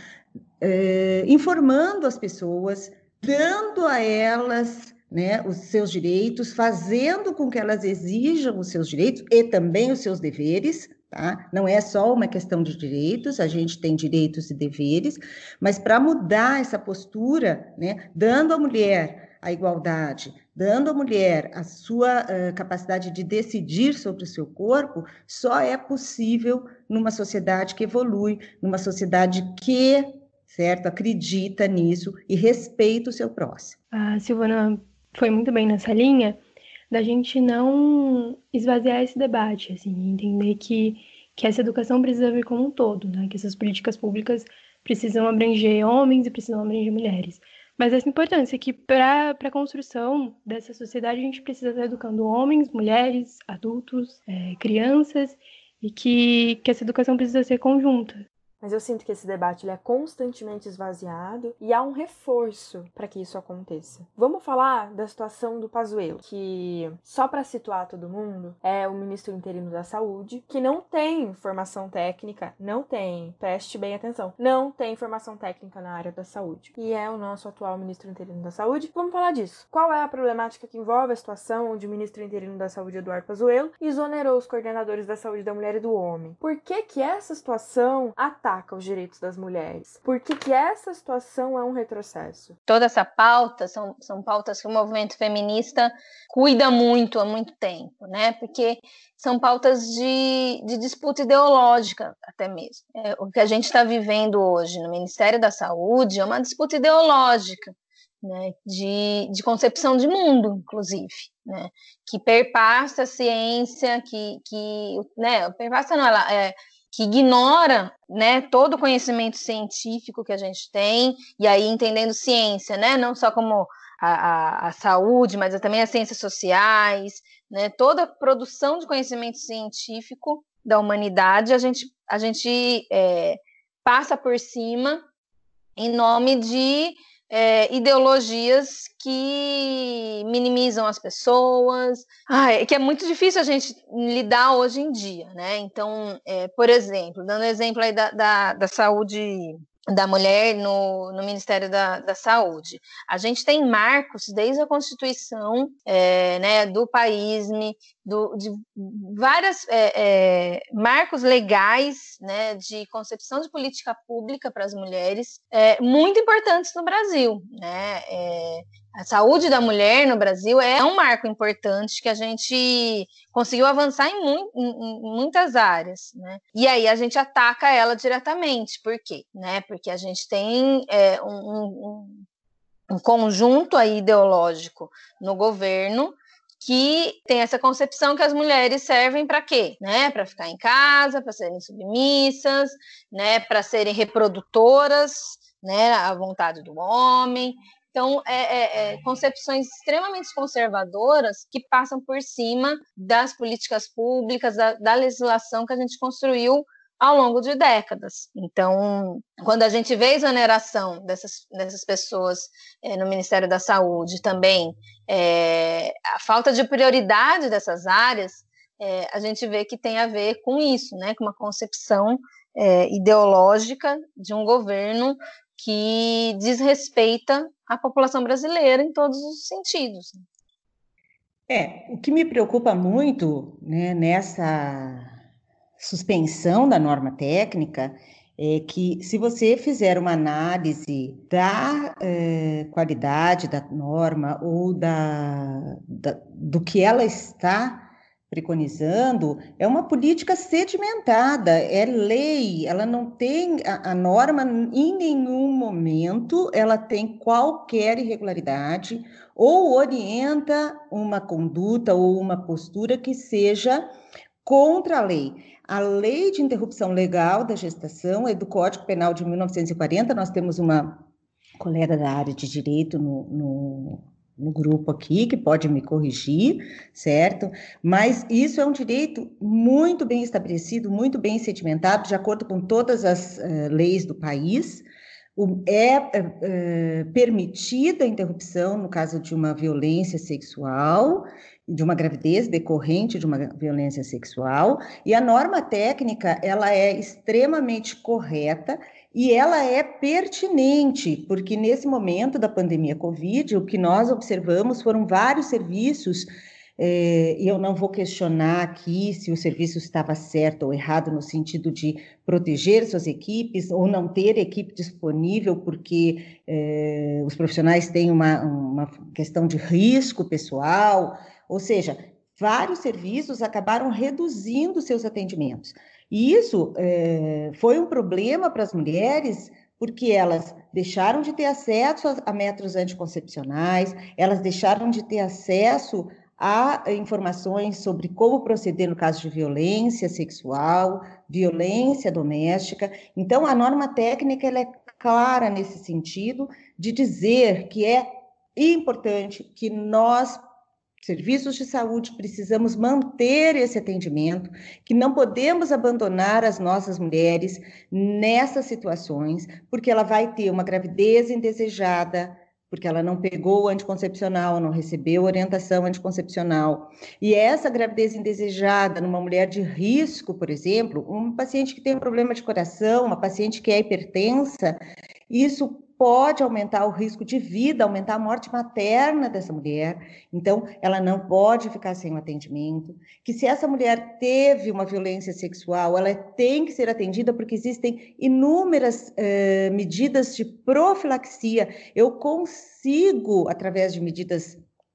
informando as pessoas, dando a elas, né, os seus direitos, fazendo com que elas exijam os seus direitos e também os seus deveres, tá? Não é só uma questão de direitos, a gente tem direitos e deveres, mas para mudar essa postura, né, dando à mulher a igualdade, dando à mulher a sua capacidade de decidir sobre o seu corpo, só é possível numa sociedade que evolui, numa sociedade que, certo, acredita nisso e respeita o seu próximo. A Silvana foi muito bem nessa linha da gente não esvaziar esse debate, assim, entender que essa educação precisa vir como um todo, né? Que essas políticas públicas precisam abranger homens e precisam abranger mulheres. Mas essa importância que para a construção dessa sociedade a gente precisa estar educando homens, mulheres, adultos, crianças, e que essa educação precisa ser conjunta. Mas eu sinto que esse debate ele é constantemente esvaziado e há um reforço para que isso aconteça. Vamos falar da situação do Pazuello, que, só para situar todo mundo, é o ministro interino da Saúde, que não tem formação técnica, preste bem atenção, não tem formação técnica na área da saúde. E é o nosso atual ministro interino da Saúde. Vamos falar disso. Qual é a problemática que envolve a situação onde o ministro interino da Saúde, Eduardo Pazuello, exonerou os coordenadores da saúde da mulher e do homem? Por que essa situação ataca os direitos das mulheres? Por que essa situação é um retrocesso? Toda essa pauta são pautas que o movimento feminista cuida muito há muito tempo, né? Porque são pautas de disputa ideológica até mesmo. O que a gente está vivendo hoje no Ministério da Saúde é uma disputa ideológica, né? De concepção de mundo, inclusive, né? Que perpassa a ciência, que ignora, né, todo o conhecimento científico que a gente tem, e aí entendendo ciência, né, não só como a saúde, mas também as ciências sociais, né, toda a produção de conhecimento científico da humanidade, a gente passa por cima em nome de ideologias que minimizam as pessoas, que é muito difícil a gente lidar hoje em dia, né? Então, por exemplo, dando exemplo aí da saúde da mulher no Ministério da Saúde, a gente tem marcos desde a Constituição, né, do país, de vários marcos legais, né, de concepção de política pública para as mulheres, muito importantes no Brasil, né? A saúde da mulher no Brasil é um marco importante que a gente conseguiu avançar em muitas áreas, né? E aí a gente ataca ela diretamente. Por quê? Né? Porque a gente tem um conjunto aí ideológico no governo que tem essa concepção que as mulheres servem para quê? Né? Para ficar em casa, para serem submissas, né? Para serem reprodutoras, né? À vontade do homem. Então, concepções extremamente conservadoras que passam por cima das políticas públicas, da legislação que a gente construiu ao longo de décadas. Então, quando a gente vê a exoneração dessas pessoas no Ministério da Saúde, também a falta de prioridade dessas áreas, a gente vê que tem a ver com isso, né, com uma concepção ideológica de um governo que desrespeita a população brasileira em todos os sentidos. O que me preocupa muito, né, nessa suspensão da norma técnica é que se você fizer uma análise da qualidade da norma ou do que ela está preconizando, é uma política sedimentada, é lei, ela não tem, a norma em nenhum momento, ela tem qualquer irregularidade ou orienta uma conduta ou uma postura que seja contra a lei. A lei de interrupção legal da gestação é do Código Penal de 1940, nós temos uma colega da área de direito no grupo aqui, que pode me corrigir, certo? Mas isso é um direito muito bem estabelecido, muito bem sedimentado, de acordo com todas as leis do país. É permitida a interrupção no caso de uma violência sexual, de uma gravidez decorrente de uma violência sexual, e a norma técnica, ela é extremamente correta e ela é pertinente, porque nesse momento da pandemia Covid, o que nós observamos foram vários serviços, e eu não vou questionar aqui se o serviço estava certo ou errado no sentido de proteger suas equipes ou não ter equipe disponível, porque os profissionais têm uma questão de risco pessoal, ou seja, vários serviços acabaram reduzindo seus atendimentos. E isso foi um problema para as mulheres, porque elas deixaram de ter acesso a métodos anticoncepcionais, elas deixaram de ter acesso a informações sobre como proceder no caso de violência sexual, violência doméstica. Então, a norma técnica ela é clara nesse sentido de dizer que é importante que nós, serviços de saúde, precisamos manter esse atendimento, que não podemos abandonar as nossas mulheres nessas situações, porque ela vai ter uma gravidez indesejada, porque ela não pegou o anticoncepcional, não recebeu orientação anticoncepcional. E essa gravidez indesejada numa mulher de risco, por exemplo, um paciente que tem um problema de coração, uma paciente que é hipertensa, isso pode aumentar o risco de vida, aumentar a morte materna dessa mulher. Então, ela não pode ficar sem o atendimento. Que se essa mulher teve uma violência sexual, ela tem que ser atendida, porque existem inúmeras medidas de profilaxia. Eu consigo, através de medidas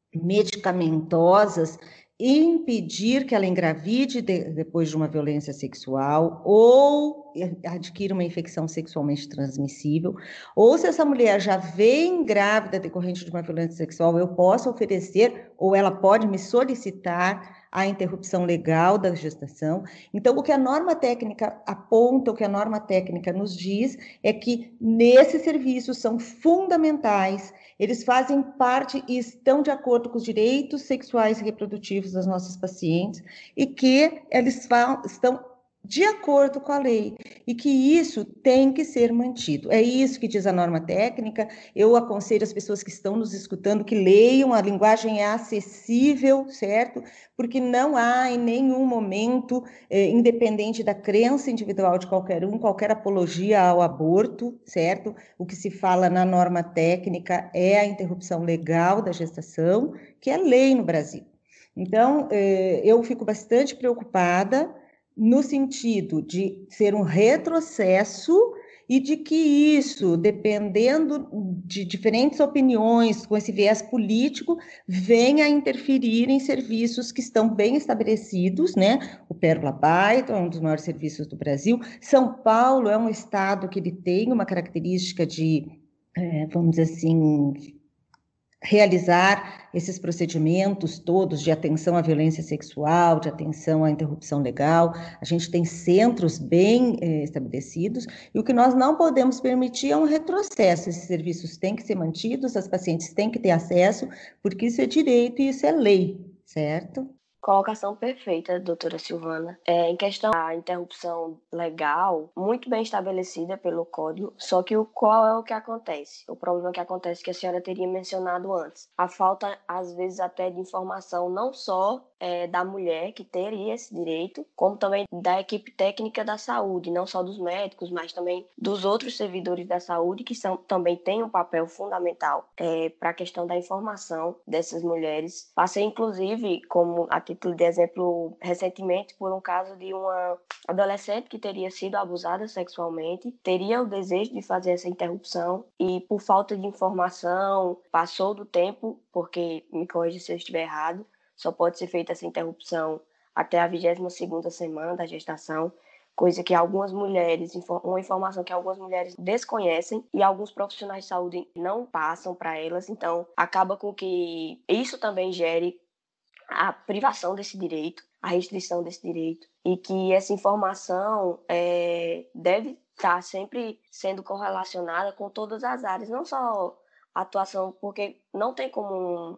medicamentosas, impedir que ela engravide depois de uma violência sexual ou adquira uma infecção sexualmente transmissível, ou se essa mulher já vem grávida decorrente de uma violência sexual, eu posso oferecer ou ela pode me solicitar a interrupção legal da gestação. Então, o que a norma técnica aponta, o que a norma técnica nos diz, é que nesses serviços são fundamentais, eles fazem parte e estão de acordo com os direitos sexuais e reprodutivos das nossas pacientes e que eles estão de acordo com a lei, e que isso tem que ser mantido. É isso que diz a norma técnica. Eu aconselho as pessoas que estão nos escutando que leiam, a linguagem é acessível, certo? Porque não há em nenhum momento, independente da crença individual de qualquer um, qualquer apologia ao aborto, certo? O que se fala na norma técnica é a interrupção legal da gestação, que é lei no Brasil. Então, eu fico bastante preocupada no sentido de ser um retrocesso e de que isso, dependendo de diferentes opiniões, com esse viés político, venha a interferir em serviços que estão bem estabelecidos, né? O Pérola Baito é um dos maiores serviços do Brasil. São Paulo é um estado que ele tem uma característica de, vamos dizer assim, realizar esses procedimentos todos de atenção à violência sexual, de atenção à interrupção legal. A gente tem centros bem estabelecidos, e o que nós não podemos permitir é um retrocesso. Esses serviços têm que ser mantidos, as pacientes têm que ter acesso, porque isso é direito e isso é lei, certo? Colocação perfeita, doutora Silvana. Em questão da interrupção legal, muito bem estabelecida pelo Código, só que qual é o que acontece? O problema que acontece que a senhora teria mencionado antes. A falta, às vezes, até de informação, não só da mulher que teria esse direito, como também da equipe técnica da saúde, não só dos médicos, mas também dos outros servidores da saúde, que também têm um papel fundamental para a questão da informação dessas mulheres. Passei, inclusive, como título de exemplo, recentemente, por um caso de uma adolescente que teria sido abusada sexualmente, teria o desejo de fazer essa interrupção e, por falta de informação, passou do tempo, porque, me corrija se eu estiver errado, só pode ser feita essa interrupção até a 22ª semana da gestação, coisa que algumas mulheres, uma informação que algumas mulheres desconhecem e alguns profissionais de saúde não passam para elas. Então, acaba com que isso também gere a privação desse direito, a restrição desse direito, e que essa informação deve estar sempre sendo correlacionada com todas as áreas, não só a atuação, porque não tem como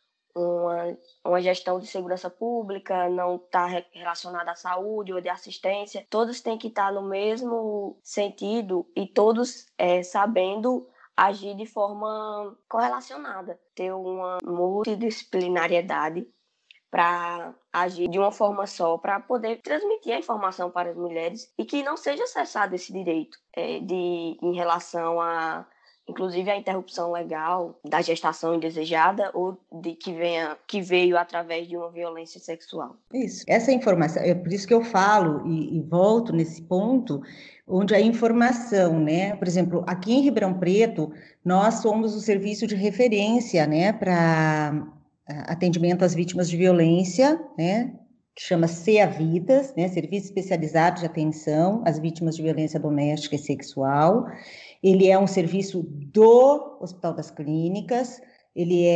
uma gestão de segurança pública não está relacionada à saúde ou de assistência, todos têm que estar no mesmo sentido e todos sabendo agir de forma correlacionada, ter uma multidisciplinariedade para agir de uma forma só, para poder transmitir a informação para as mulheres e que não seja cessado esse direito em relação a, inclusive, a interrupção legal da gestação indesejada ou de que veio através de uma violência sexual. Isso. Essa informação, é por isso que eu falo e volto nesse ponto, onde a informação, né? Por exemplo, aqui em Ribeirão Preto, nós somos o serviço de referência, né, para atendimento às vítimas de violência, né, que chama CEAVIDAS, né, Serviço Especializado de Atenção às Vítimas de Violência Doméstica e Sexual. Ele é um serviço do Hospital das Clínicas, ele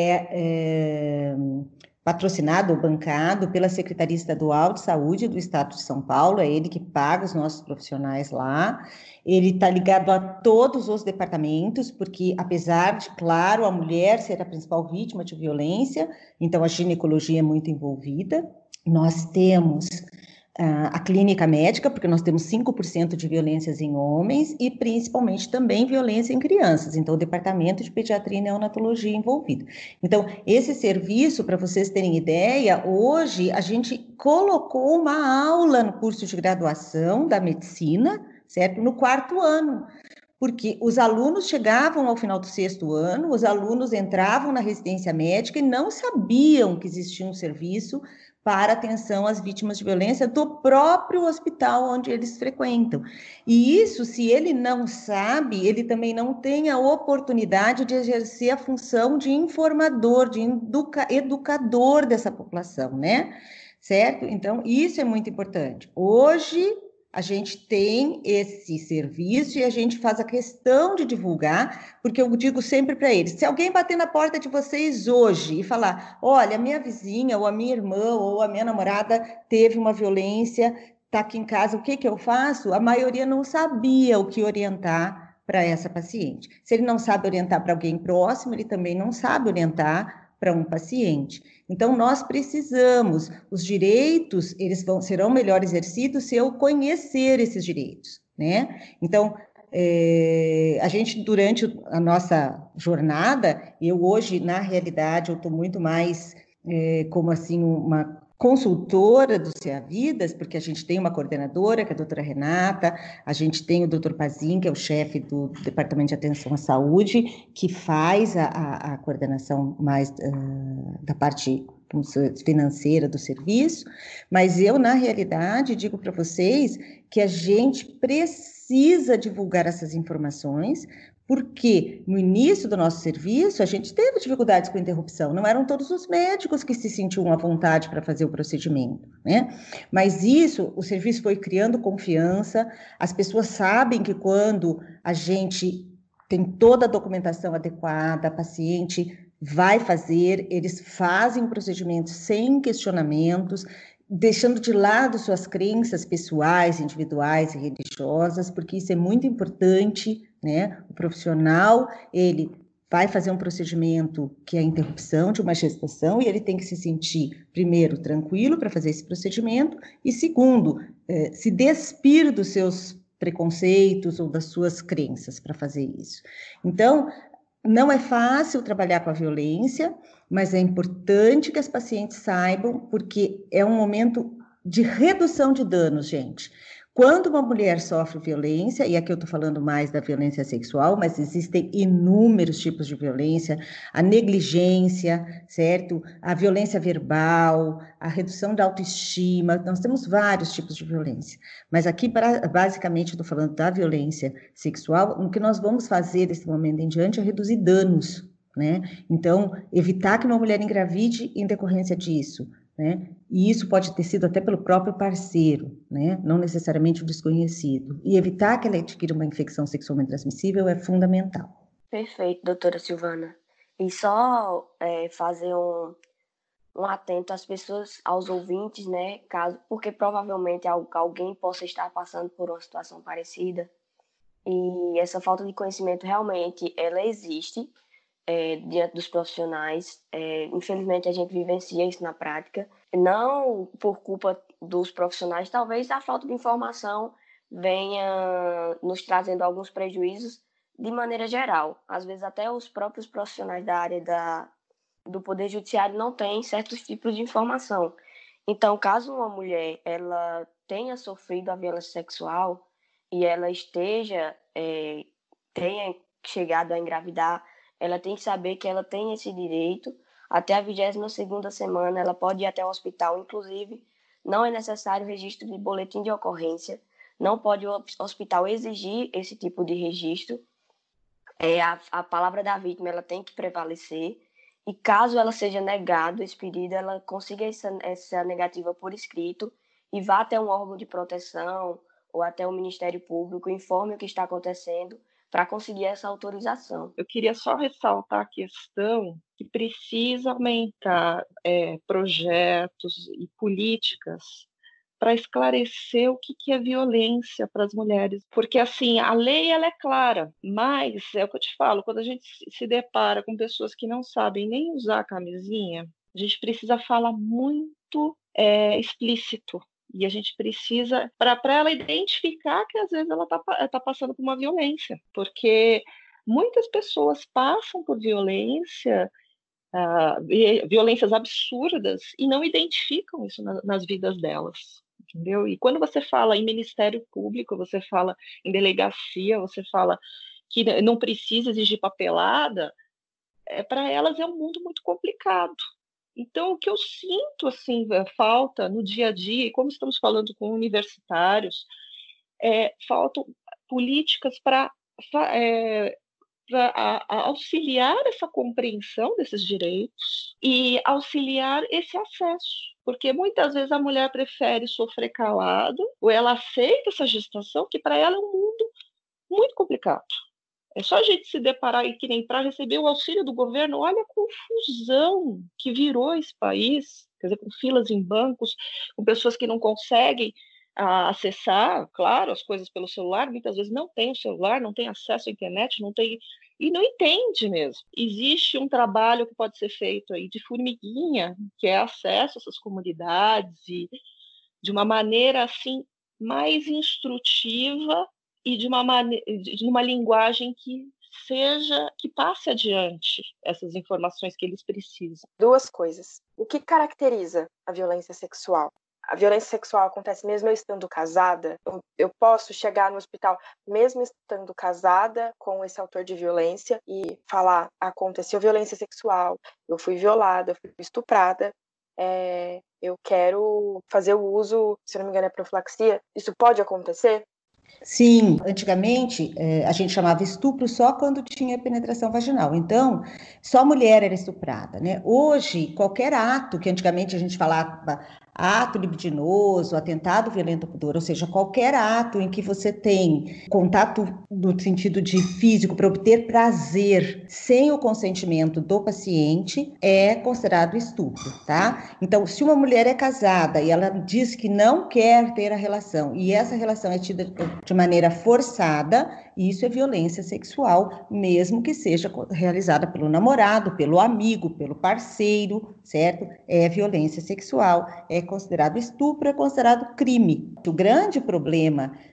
é patrocinado ou bancado pela Secretaria Estadual de Saúde do Estado de São Paulo, é ele que paga os nossos profissionais lá. Ele está ligado a todos os departamentos, porque apesar de, claro, a mulher ser a principal vítima de violência, então a ginecologia é muito envolvida. Nós temos a clínica médica, porque nós temos 5% de violências em homens e principalmente também violência em crianças, então o departamento de pediatria e neonatologia envolvido. Então, esse serviço, para vocês terem ideia, hoje a gente colocou uma aula no curso de graduação da medicina, certo? No 4º ano, porque os alunos chegavam ao final do 6º ano, os alunos entravam na residência médica e não sabiam que existia um serviço para atenção às vítimas de violência do próprio hospital onde eles frequentam. E isso, se ele não sabe, ele também não tem a oportunidade de exercer a função de informador, de educador dessa população, né? Certo? Então, isso é muito importante. Hoje, a gente tem esse serviço e a gente faz a questão de divulgar, porque eu digo sempre para eles, se alguém bater na porta de vocês hoje e falar, olha, a minha vizinha, ou a minha irmã, ou a minha namorada teve uma violência, está aqui em casa, o que eu faço? A maioria não sabia o que orientar para essa paciente. Se ele não sabe orientar para alguém próximo, ele também não sabe orientar para um paciente. Então, nós precisamos, os direitos, eles serão melhor exercidos se eu conhecer esses direitos, né? Então, a gente, durante a nossa jornada, eu hoje, na realidade, eu estou muito mais como assim, uma consultora do CEAVIDAS, porque a gente tem uma coordenadora, que é a doutora Renata, a gente tem o doutor Pazin, que é o chefe do Departamento de Atenção à Saúde, que faz a coordenação mais da parte financeira do serviço, mas eu, na realidade, digo para vocês que a gente precisa divulgar essas informações, porque no início do nosso serviço, a gente teve dificuldades com interrupção, não eram todos os médicos que se sentiam à vontade para fazer o procedimento, né? Mas isso, o serviço foi criando confiança, as pessoas sabem que quando a gente tem toda a documentação adequada, a paciente vai fazer, eles fazem o procedimento sem questionamentos, deixando de lado suas crenças pessoais, individuais e religiosas, porque isso é muito importante, né? O profissional, ele vai fazer um procedimento que é a interrupção de uma gestação e ele tem que se sentir, primeiro, tranquilo para fazer esse procedimento e, segundo, se despir dos seus preconceitos ou das suas crenças para fazer isso. Então, não é fácil trabalhar com a violência, mas é importante que as pacientes saibam, porque é um momento de redução de danos, gente. Quando uma mulher sofre violência, e aqui eu estou falando mais da violência sexual, mas existem inúmeros tipos de violência, a negligência, certo? A violência verbal, a redução da autoestima, nós temos vários tipos de violência. Mas aqui, basicamente, estou falando da violência sexual, o que nós vamos fazer desse momento em diante é reduzir danos, né? Então, evitar que uma mulher engravide em decorrência disso, né? E isso pode ter sido até pelo próprio parceiro, né? Não necessariamente o desconhecido. E evitar que ela adquira uma infecção sexualmente transmissível é fundamental. Perfeito, doutora Silvana. E só fazer um atento às pessoas, aos ouvintes, né? Porque provavelmente alguém possa estar passando por uma situação parecida. E essa falta de conhecimento realmente ela existe diante dos profissionais. Infelizmente a gente vivencia isso na prática, não por culpa dos profissionais, talvez a falta de informação venha nos trazendo alguns prejuízos de maneira geral. Às vezes até os próprios profissionais da área do Poder Judiciário não têm certos tipos de informação. Então, caso uma mulher ela tenha sofrido a violência sexual e ela tenha chegado a engravidar, ela tem que saber que ela tem esse direito. Até a 22ª semana, ela pode ir até o hospital. Inclusive, não é necessário registro de boletim de ocorrência. Não pode o hospital exigir esse tipo de registro. A palavra da vítima ela tem que prevalecer. E caso ela seja negado esse pedido, ela consiga essa negativa por escrito e vá até um órgão de proteção ou até o Ministério Público, informe o que está acontecendo, para conseguir essa autorização. Eu queria só ressaltar a questão que precisa aumentar projetos e políticas para esclarecer o que é violência para as mulheres. Porque, assim, a lei ela é clara, mas, é o que eu te falo, quando a gente se depara com pessoas que não sabem nem usar a camisinha, a gente precisa falar muito explícito. E a gente precisa, para ela identificar que às vezes ela tá passando por uma violência, porque muitas pessoas passam por violências absurdas e não identificam isso nas vidas delas, entendeu? E quando você fala em Ministério Público, você fala em delegacia, você fala que não precisa exigir papelada, para elas é um mundo muito complicado. Então, o que eu sinto, assim, falta no dia a dia, e como estamos falando com universitários, faltam políticas para auxiliar essa compreensão desses direitos e auxiliar esse acesso. Porque muitas vezes a mulher prefere sofrer calada, ou ela aceita essa gestação, que para ela é um mundo muito complicado. É só a gente se deparar e que nem para receber o auxílio do governo, olha a confusão que virou esse país, quer dizer, com filas em bancos, com pessoas que não conseguem acessar, claro, as coisas pelo celular, muitas vezes não tem o celular, não tem acesso à internet, não tem, e não entende mesmo. Existe um trabalho que pode ser feito aí de formiguinha, que é acesso a essas comunidades e de uma maneira assim mais instrutiva e de uma linguagem que passe adiante essas informações que eles precisam. Duas coisas. O que caracteriza a violência sexual? A violência sexual acontece mesmo eu estando casada? Eu posso chegar no hospital mesmo estando casada com esse autor de violência e falar, aconteceu violência sexual, eu fui violada, eu fui estuprada, eu quero fazer o uso, se não me engano é profilaxia, isso pode acontecer? Sim, antigamente a gente chamava estupro só quando tinha penetração vaginal, então só mulher era estuprada, né? Hoje, qualquer ato que antigamente a gente falava ato libidinoso, atentado violento ao pudor, ou seja, qualquer ato em que você tem contato no sentido de físico para obter prazer sem o consentimento do paciente é considerado estupro, tá? Então, se uma mulher é casada e ela diz que não quer ter a relação e essa relação é tida de maneira forçada, isso é violência sexual, mesmo que seja realizada pelo namorado, pelo amigo, pelo parceiro, certo? É violência sexual, é considerado estupro, é considerado crime. O grande problema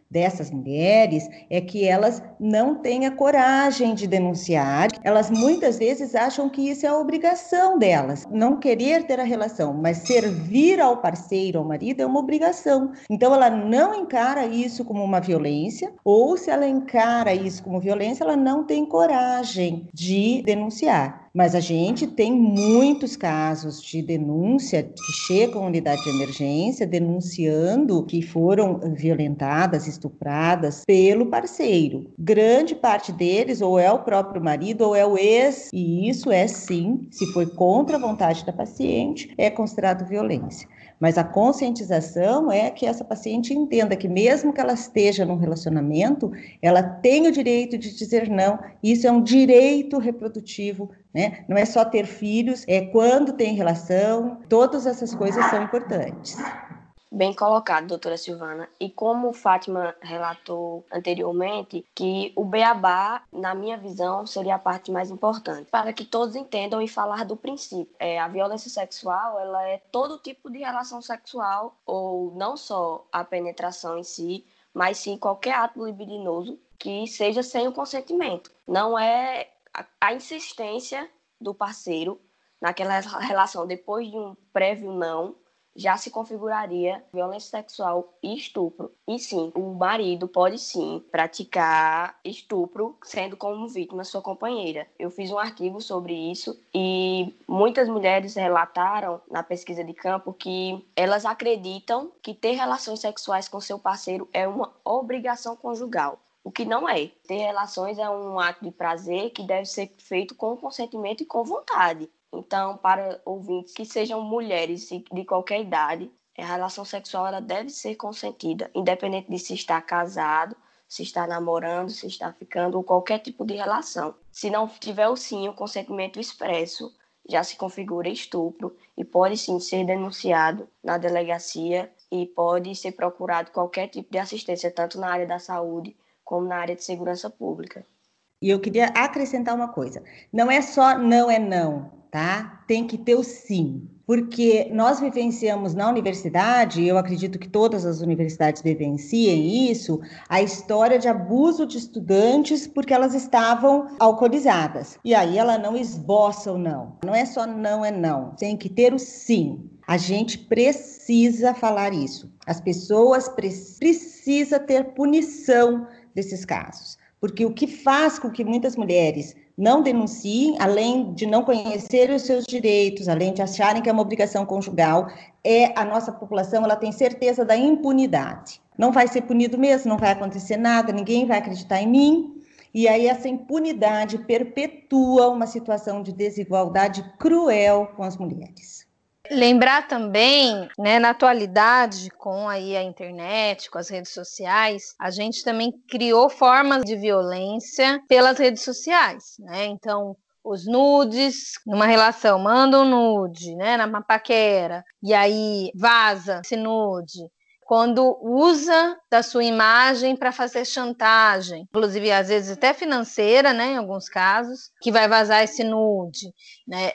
dessas mulheres é que elas não têm a coragem de denunciar. Elas muitas vezes acham que isso é a obrigação delas, não querer ter a relação, mas servir ao parceiro, ao marido, é uma obrigação. Então ela não encara isso como uma violência, ou se ela encara isso como violência, ela não tem coragem de denunciar. Mas a gente tem muitos casos de denúncia que chegam à unidade de emergência denunciando que foram violentadas, estupradas pelo parceiro. Grande parte deles ou é o próprio marido ou é o ex, e isso é sim, se foi contra a vontade da paciente, é considerado violência. Mas a conscientização é que essa paciente entenda que mesmo que ela esteja num relacionamento, ela tem o direito de dizer não. Isso é um direito reprodutivo, né? Não é só ter filhos, é quando tem relação, todas essas coisas são importantes. Bem colocado, doutora Silvana. E como Fátima relatou anteriormente, que o beabá, na minha visão, seria a parte mais importante, para que todos entendam e falar do princípio. A violência sexual, ela é todo tipo de relação sexual, ou não só a penetração em si, mas sim qualquer ato libidinoso que seja sem o consentimento. Não é a insistência do parceiro naquela relação depois de um prévio não, já se configuraria violência sexual e estupro. E sim, o marido pode sim praticar estupro sendo como vítima sua companheira. Eu fiz um artigo sobre isso e muitas mulheres relataram na pesquisa de campo que elas acreditam que ter relações sexuais com seu parceiro é uma obrigação conjugal. O que não é. Ter relações é um ato de prazer que deve ser feito com consentimento e com vontade. Então, para ouvintes que sejam mulheres de qualquer idade, a relação sexual ela deve ser consentida, independente de se está casado, se está namorando, se está ficando, ou qualquer tipo de relação. Se não tiver o consentimento expresso, já se configura estupro e pode sim ser denunciado na delegacia e pode ser procurado qualquer tipo de assistência, tanto na área da saúde como na área de segurança pública. E eu queria acrescentar uma coisa. Não é só não é não, tá? Tem que ter o sim. Porque nós vivenciamos na universidade, eu acredito que todas as universidades vivenciem isso, a história de abuso de estudantes porque elas estavam alcoolizadas. E aí ela não esboça o não. Não é só não é não. Tem que ter o sim. A gente precisa falar isso. As pessoas precisam ter punição desses casos. Porque o que faz com que muitas mulheres não denunciem, além de não conhecerem os seus direitos, além de acharem que é uma obrigação conjugal, é a nossa população, ela tem certeza da impunidade. Não vai ser punido mesmo, não vai acontecer nada, ninguém vai acreditar em mim. E aí essa impunidade perpetua uma situação de desigualdade cruel com as mulheres. Lembrar também, né, na atualidade, com aí a internet, com as redes sociais, a gente também criou formas de violência pelas redes sociais, né? Então, os nudes, numa relação, manda um nude, né, na paquera, e aí vaza esse nude. Quando usa da sua imagem para fazer chantagem, inclusive às vezes até financeira, né, em alguns casos, que vai vazar esse nude, né,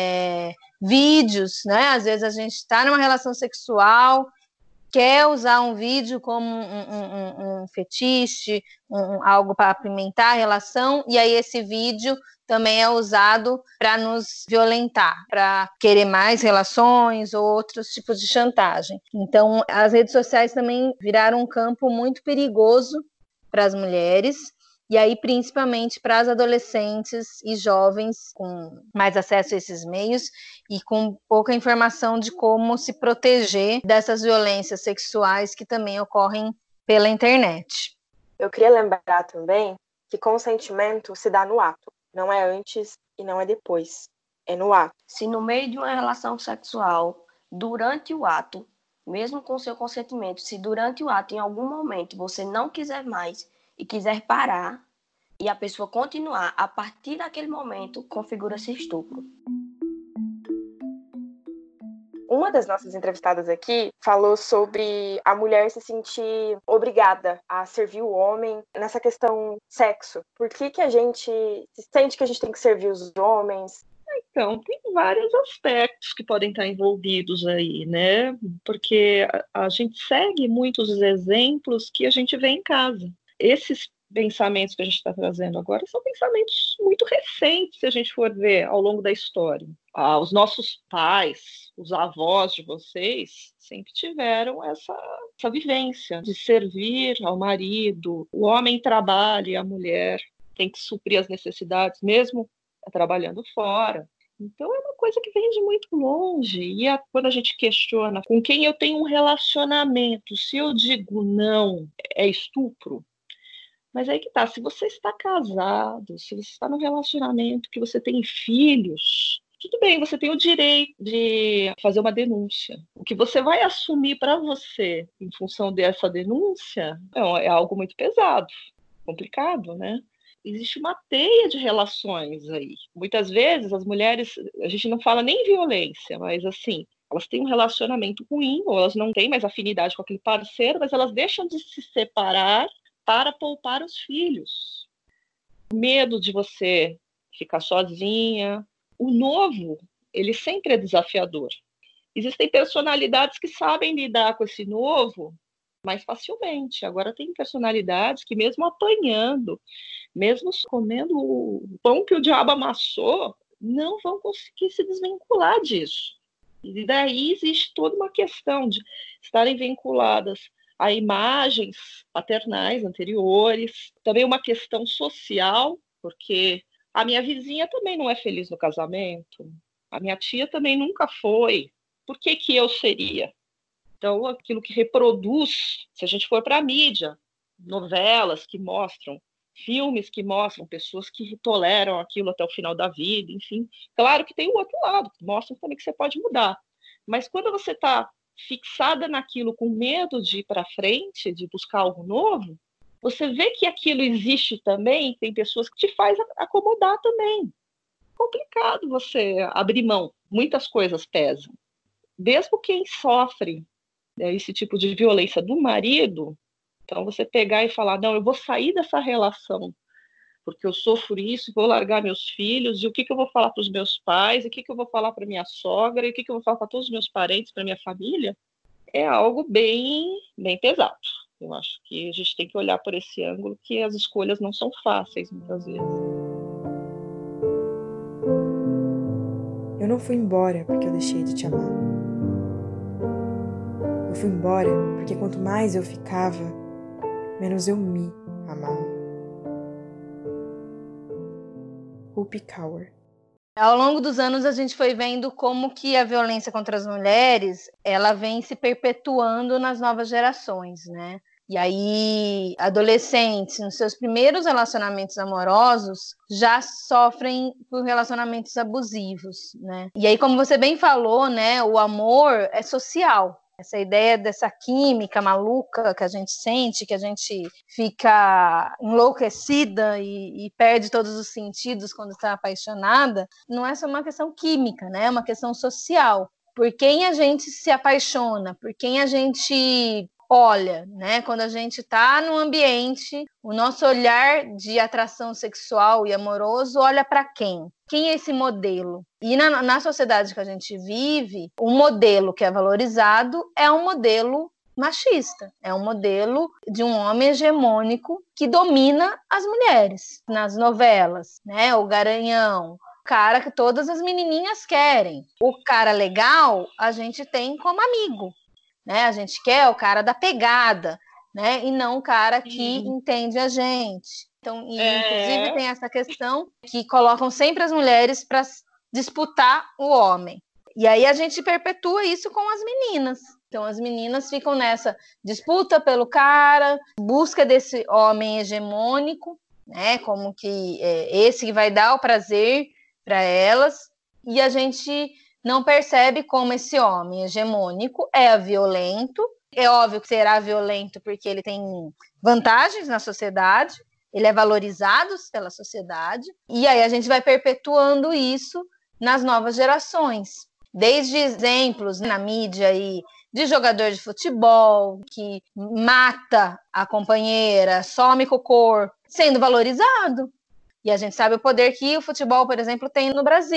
vídeos, né, às vezes a gente está numa relação sexual, quer usar um vídeo como um fetiche, algo para apimentar a relação, e aí esse vídeo também é usado para nos violentar, para querer mais relações ou outros tipos de chantagem. Então, as redes sociais também viraram um campo muito perigoso para as mulheres, e aí principalmente para as adolescentes e jovens com mais acesso a esses meios e com pouca informação de como se proteger dessas violências sexuais que também ocorrem pela internet. Eu queria lembrar também que consentimento se dá no ato. Não é antes e não é depois. É no ato. Se no meio de uma relação sexual, durante o ato, mesmo com seu consentimento, se durante o ato, em algum momento, você não quiser mais e quiser parar, e a pessoa continuar, a partir daquele momento, configura-se estupro. Uma das nossas entrevistadas aqui falou sobre a mulher se sentir obrigada a servir o homem nessa questão sexo. Por que a gente se sente que a gente tem que servir os homens? Então, tem vários aspectos que podem estar envolvidos aí, né? Porque a gente segue muitos exemplos que a gente vê em casa. Esses pensamentos que a gente está trazendo agora são pensamentos muito recentes, se a gente for ver ao longo da história. Os nossos pais, os avós de vocês, sempre tiveram essa vivência de servir ao marido. O homem trabalha e a mulher tem que suprir as necessidades, mesmo trabalhando fora. Então é uma coisa que vem de muito longe. E quando a gente questiona com quem eu tenho um relacionamento, se eu digo não, é estupro. Mas aí que tá, se você está casado, se você está num relacionamento, que você tem filhos, tudo bem, você tem o direito de fazer uma denúncia. O que você vai assumir para você em função dessa denúncia é algo muito pesado, complicado, né? Existe uma teia de relações aí. Muitas vezes as mulheres, a gente não fala nem violência, mas assim, elas têm um relacionamento ruim, ou elas não têm mais afinidade com aquele parceiro, mas elas deixam de se separar para poupar os filhos. O medo de você ficar sozinha. O novo, ele sempre é desafiador. Existem personalidades que sabem lidar com esse novo mais facilmente. Agora tem personalidades que mesmo apanhando, mesmo comendo o pão que o diabo amassou, não vão conseguir se desvincular disso. E daí existe toda uma questão de estarem vinculadas a imagens paternais anteriores, também uma questão social, porque a minha vizinha também não é feliz no casamento, a minha tia também nunca foi, por que eu seria? Então, aquilo que reproduz, se a gente for para a mídia, novelas que mostram, filmes que mostram pessoas que toleram aquilo até o final da vida, enfim. Claro que tem o outro lado, que mostram também que você pode mudar. Mas quando você está fixada naquilo com medo de ir para frente, de buscar algo novo, você vê que aquilo existe também, tem pessoas que te faz acomodar também. Complicado você abrir mão, muitas coisas pesam. Mesmo quem sofre esse tipo de violência do marido, então você pegar e falar, não, eu vou sair dessa relação, porque eu sofro isso, vou largar meus filhos, e o que eu vou falar para os meus pais, e o que eu vou falar para minha sogra, e o que eu vou falar para todos os meus parentes, para minha família, é algo bem, bem pesado. Eu acho que a gente tem que olhar por esse ângulo, que as escolhas não são fáceis, muitas vezes. Eu não fui embora porque eu deixei de te amar. Eu fui embora porque quanto mais eu ficava, menos eu me amava. Rupi Kaur. Ao longo dos anos, a gente foi vendo como que a violência contra as mulheres, ela vem se perpetuando nas novas gerações, né? E aí, adolescentes, nos seus primeiros relacionamentos amorosos, já sofrem por relacionamentos abusivos, né? E aí, como você bem falou, né, o amor é social. Essa ideia dessa química maluca que a gente sente, que a gente fica enlouquecida e perde todos os sentidos quando está apaixonada, não é só uma questão química, né? É uma questão social. Por quem a gente se apaixona, por quem a gente olha, né? Quando a gente está no ambiente, o nosso olhar de atração sexual e amoroso olha para quem? Quem é esse modelo? E na sociedade que a gente vive, o modelo que é valorizado é um modelo machista, é um modelo de um homem hegemônico que domina as mulheres. Nas novelas, né? O garanhão, o cara que todas as menininhas querem. O cara legal a gente tem como amigo, né? A gente quer o cara da pegada, né? E não o cara que entende a gente. Então, inclusive tem essa questão que colocam sempre as mulheres para disputar o homem. E aí a gente perpetua isso com as meninas. Então as meninas ficam nessa disputa pelo cara, busca desse homem hegemônico, né? Como que esse que vai dar o prazer para elas. E a gente não percebe como esse homem hegemônico é violento. É óbvio que será violento porque ele tem vantagens na sociedade, ele é valorizado pela sociedade, e aí a gente vai perpetuando isso nas novas gerações. Desde exemplos na mídia aí de jogador de futebol que mata a companheira, some com o corpo, sendo valorizado. E a gente sabe o poder que o futebol, por exemplo, tem no Brasil.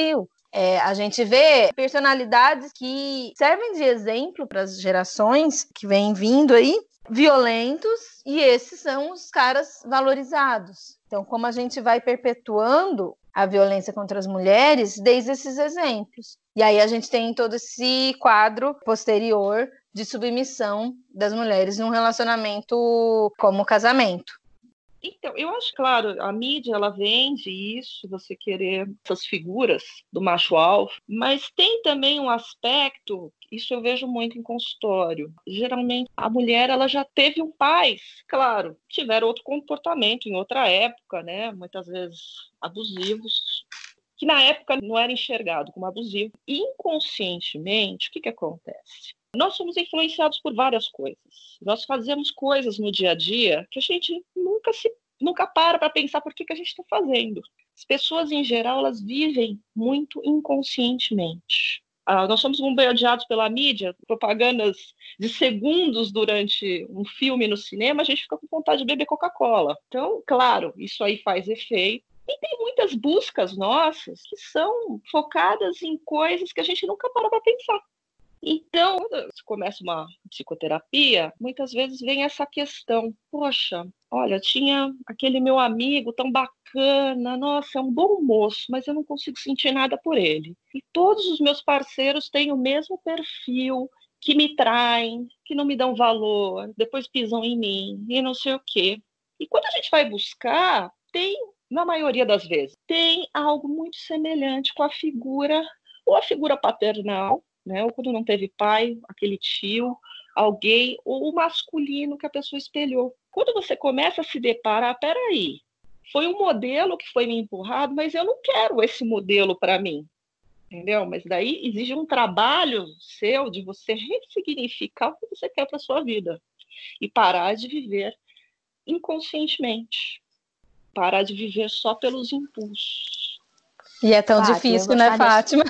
A gente vê personalidades que servem de exemplo para as gerações que vêm vindo aí, violentos, e esses são os caras valorizados. Então, como a gente vai perpetuando a violência contra as mulheres desde esses exemplos. E aí a gente tem todo esse quadro posterior de submissão das mulheres num relacionamento como casamento. Então, eu acho, claro, a mídia, ela vende isso, você querer essas figuras do macho alfa, mas tem também um aspecto, isso eu vejo muito em consultório. Geralmente, a mulher, ela já teve um pai, claro, tiveram outro comportamento em outra época, né? Muitas vezes abusivos, que na época não era enxergado como abusivo. Inconscientemente, o que acontece? Nós somos influenciados por várias coisas. Nós fazemos coisas no dia a dia que a gente nunca para pensar por que a gente está fazendo. As pessoas, em geral, elas vivem muito inconscientemente. Nós somos bombardeados pela mídia, propagandas de segundos durante um filme no cinema, a gente fica com vontade de beber Coca-Cola. Então, claro, isso aí faz efeito. E tem muitas buscas nossas que são focadas em coisas que a gente nunca para pensar. Então, quando você começa uma psicoterapia, muitas vezes vem essa questão, poxa, olha, tinha aquele meu amigo tão bacana, nossa, é um bom moço, mas eu não consigo sentir nada por ele. E todos os meus parceiros têm o mesmo perfil, que me traem, que não me dão valor, depois pisam em mim, e não sei o quê. E quando a gente vai buscar, na maioria das vezes, tem algo muito semelhante com a figura, ou a figura paternal, né? Ou quando não teve pai, aquele tio, alguém, ou o masculino que a pessoa espelhou. Quando você começa a se deparar, peraí, foi um modelo que foi me empurrado, mas eu não quero esse modelo para mim, entendeu? Mas daí exige um trabalho seu de você ressignificar o que você quer para sua vida e parar de viver inconscientemente, parar de viver só pelos impulsos. E é tão difícil, né, Fátima?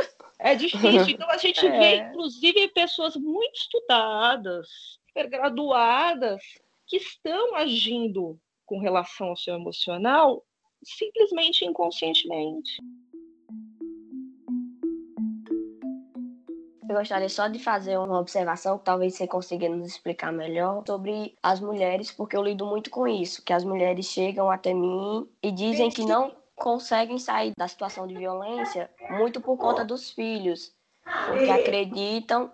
É difícil. Então, a gente vê, inclusive, pessoas muito estudadas, supergraduadas, que estão agindo com relação ao seu emocional simplesmente inconscientemente. Eu gostaria só de fazer uma observação, que talvez você consiga nos explicar melhor, sobre as mulheres, porque eu lido muito com isso, que as mulheres chegam até mim e dizem que não conseguem sair da situação de violência muito por conta dos filhos, porque acreditam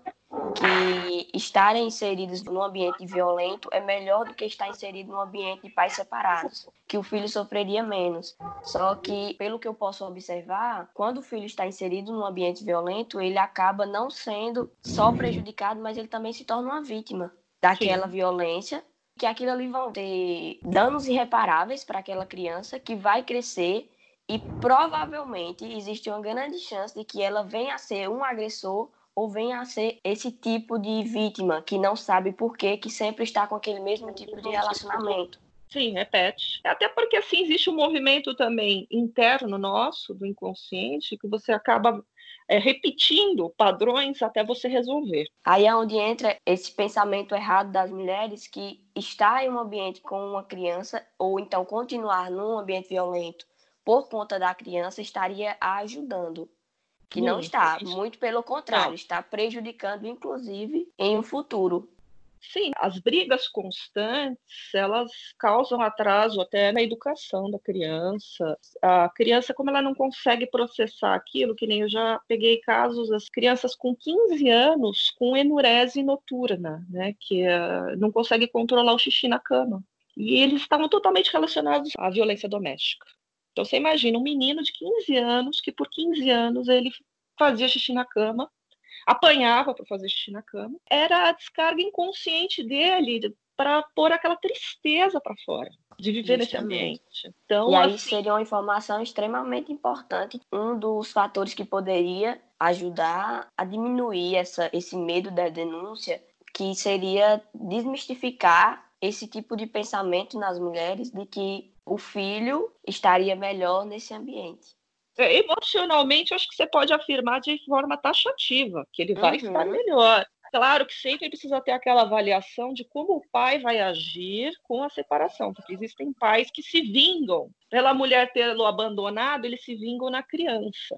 que estarem inseridos num ambiente violento é melhor do que estar inserido num ambiente de pais separados, que o filho sofreria menos. Só que, pelo que eu posso observar, quando o filho está inserido num ambiente violento, ele acaba não sendo só prejudicado, mas ele também se torna uma vítima daquela violência, que aquilo ali vão ter danos irreparáveis para aquela criança que vai crescer e provavelmente existe uma grande chance de que ela venha a ser um agressor ou venha a ser esse tipo de vítima que não sabe por quê, que sempre está com aquele mesmo tipo de relacionamento. Sim, repete. Até porque assim existe um movimento também interno nosso, do inconsciente, que você acaba repetindo padrões até você resolver. Aí é onde entra esse pensamento errado das mulheres que estar em um ambiente com uma criança ou então continuar num ambiente violento por conta da criança estaria ajudando. Que não está, muito pelo contrário, está prejudicando, inclusive, em um futuro. Sim, as brigas constantes, elas causam atraso até na educação da criança. A criança, como ela não consegue processar aquilo, que nem eu já peguei casos, as crianças com 15 anos com enurese noturna, né, que não consegue controlar o xixi na cama. E eles estavam totalmente relacionados à violência doméstica. Então, você imagina um menino de 15 anos que por 15 anos ele fazia xixi na cama, apanhava para fazer xixi na cama. Era a descarga inconsciente dele para pôr aquela tristeza para fora, de viver nesse ambiente. Então, e aí seria uma informação extremamente importante, um dos fatores que poderia ajudar a diminuir esse medo da denúncia, que seria desmistificar esse tipo de pensamento nas mulheres de que o filho estaria melhor nesse ambiente. Emocionalmente, eu acho que você pode afirmar de forma taxativa que ele vai estar melhor. Claro que sempre precisa ter aquela avaliação de como o pai vai agir com a separação, porque existem pais que se vingam. Pela mulher tê-lo abandonado, eles se vingam na criança.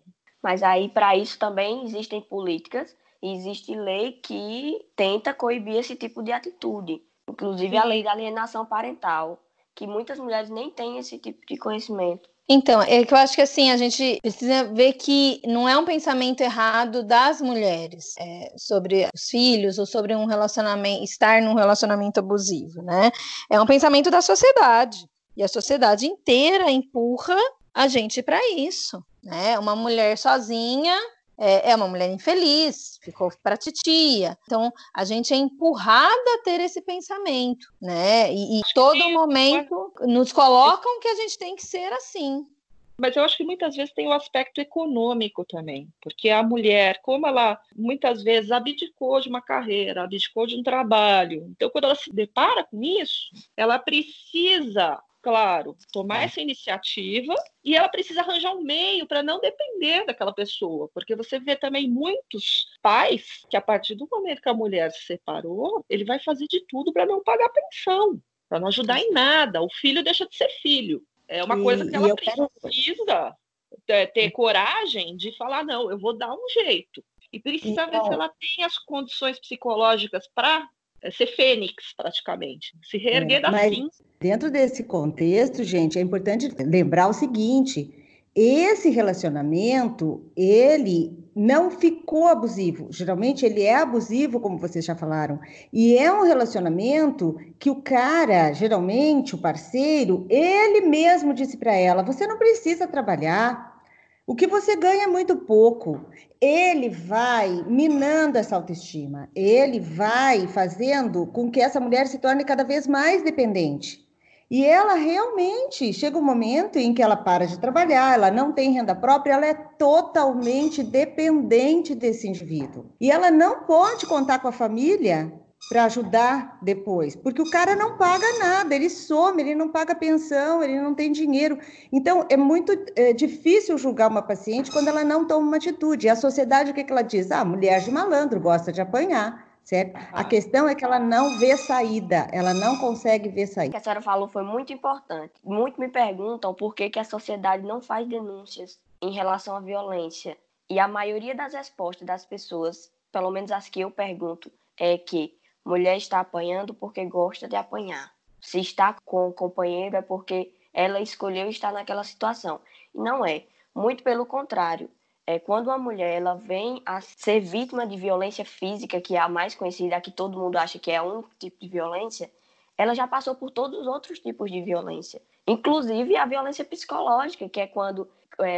Mas aí, para isso também existem políticas e existe lei que tenta coibir esse tipo de atitude. Inclusive a lei da alienação parental, que muitas mulheres nem têm esse tipo de conhecimento. Então, é que eu acho que assim, a gente precisa ver que não é um pensamento errado das mulheres sobre os filhos ou sobre um relacionamento, estar num relacionamento abusivo, né? É um pensamento da sociedade. E a sociedade inteira empurra a gente para isso, né? Uma mulher sozinha é uma mulher infeliz, ficou para titia. Então, a gente é empurrada a ter esse pensamento, né? E todo momento nos colocam que a gente tem que ser assim. Mas eu acho que muitas vezes tem o aspecto econômico também, porque a mulher, como ela muitas vezes abdicou de uma carreira, abdicou de um trabalho, então quando ela se depara com isso, ela precisa, claro, tomar essa iniciativa e ela precisa arranjar um meio para não depender daquela pessoa, porque você vê também muitos pais que a partir do momento que a mulher se separou, ele vai fazer de tudo para não pagar pensão, para não ajudar em nada, o filho deixa de ser filho. É uma coisa que ela precisa ter coragem de falar, não, eu vou dar um jeito. E precisa ver se ela tem as condições psicológicas para ser fênix, praticamente. Se reerguer da cinza. Dentro desse contexto, gente, é importante lembrar o seguinte: esse relacionamento, ele não ficou abusivo. Geralmente ele é abusivo, como vocês já falaram. E é um relacionamento que o cara, geralmente o parceiro, ele mesmo disse para ela: você não precisa trabalhar. O que você ganha é muito pouco. Ele vai minando essa autoestima. Ele vai fazendo com que essa mulher se torne cada vez mais dependente. E ela realmente chega um momento em que ela para de trabalhar, ela não tem renda própria, ela é totalmente dependente desse indivíduo. E ela não pode contar com a família para ajudar depois, porque o cara não paga nada, ele some, ele não paga pensão, ele não tem dinheiro. Então, é muito difícil julgar uma paciente quando ela não toma uma atitude. E a sociedade, o que ela diz? Mulher de malandro, gosta de apanhar. Certo? A questão é que ela não vê saída, ela não consegue ver saída. O que a senhora falou foi muito importante. Muito me perguntam por que a sociedade não faz denúncias em relação à violência. E a maioria das respostas das pessoas, pelo menos as que eu pergunto, é que mulher está apanhando porque gosta de apanhar. Se está com o companheiro é porque ela escolheu estar naquela situação. E não é. Muito pelo contrário. Quando uma mulher ela vem a ser vítima de violência física, que é a mais conhecida, a que todo mundo acha que é um tipo de violência, ela já passou por todos os outros tipos de violência. Inclusive a violência psicológica, que é quando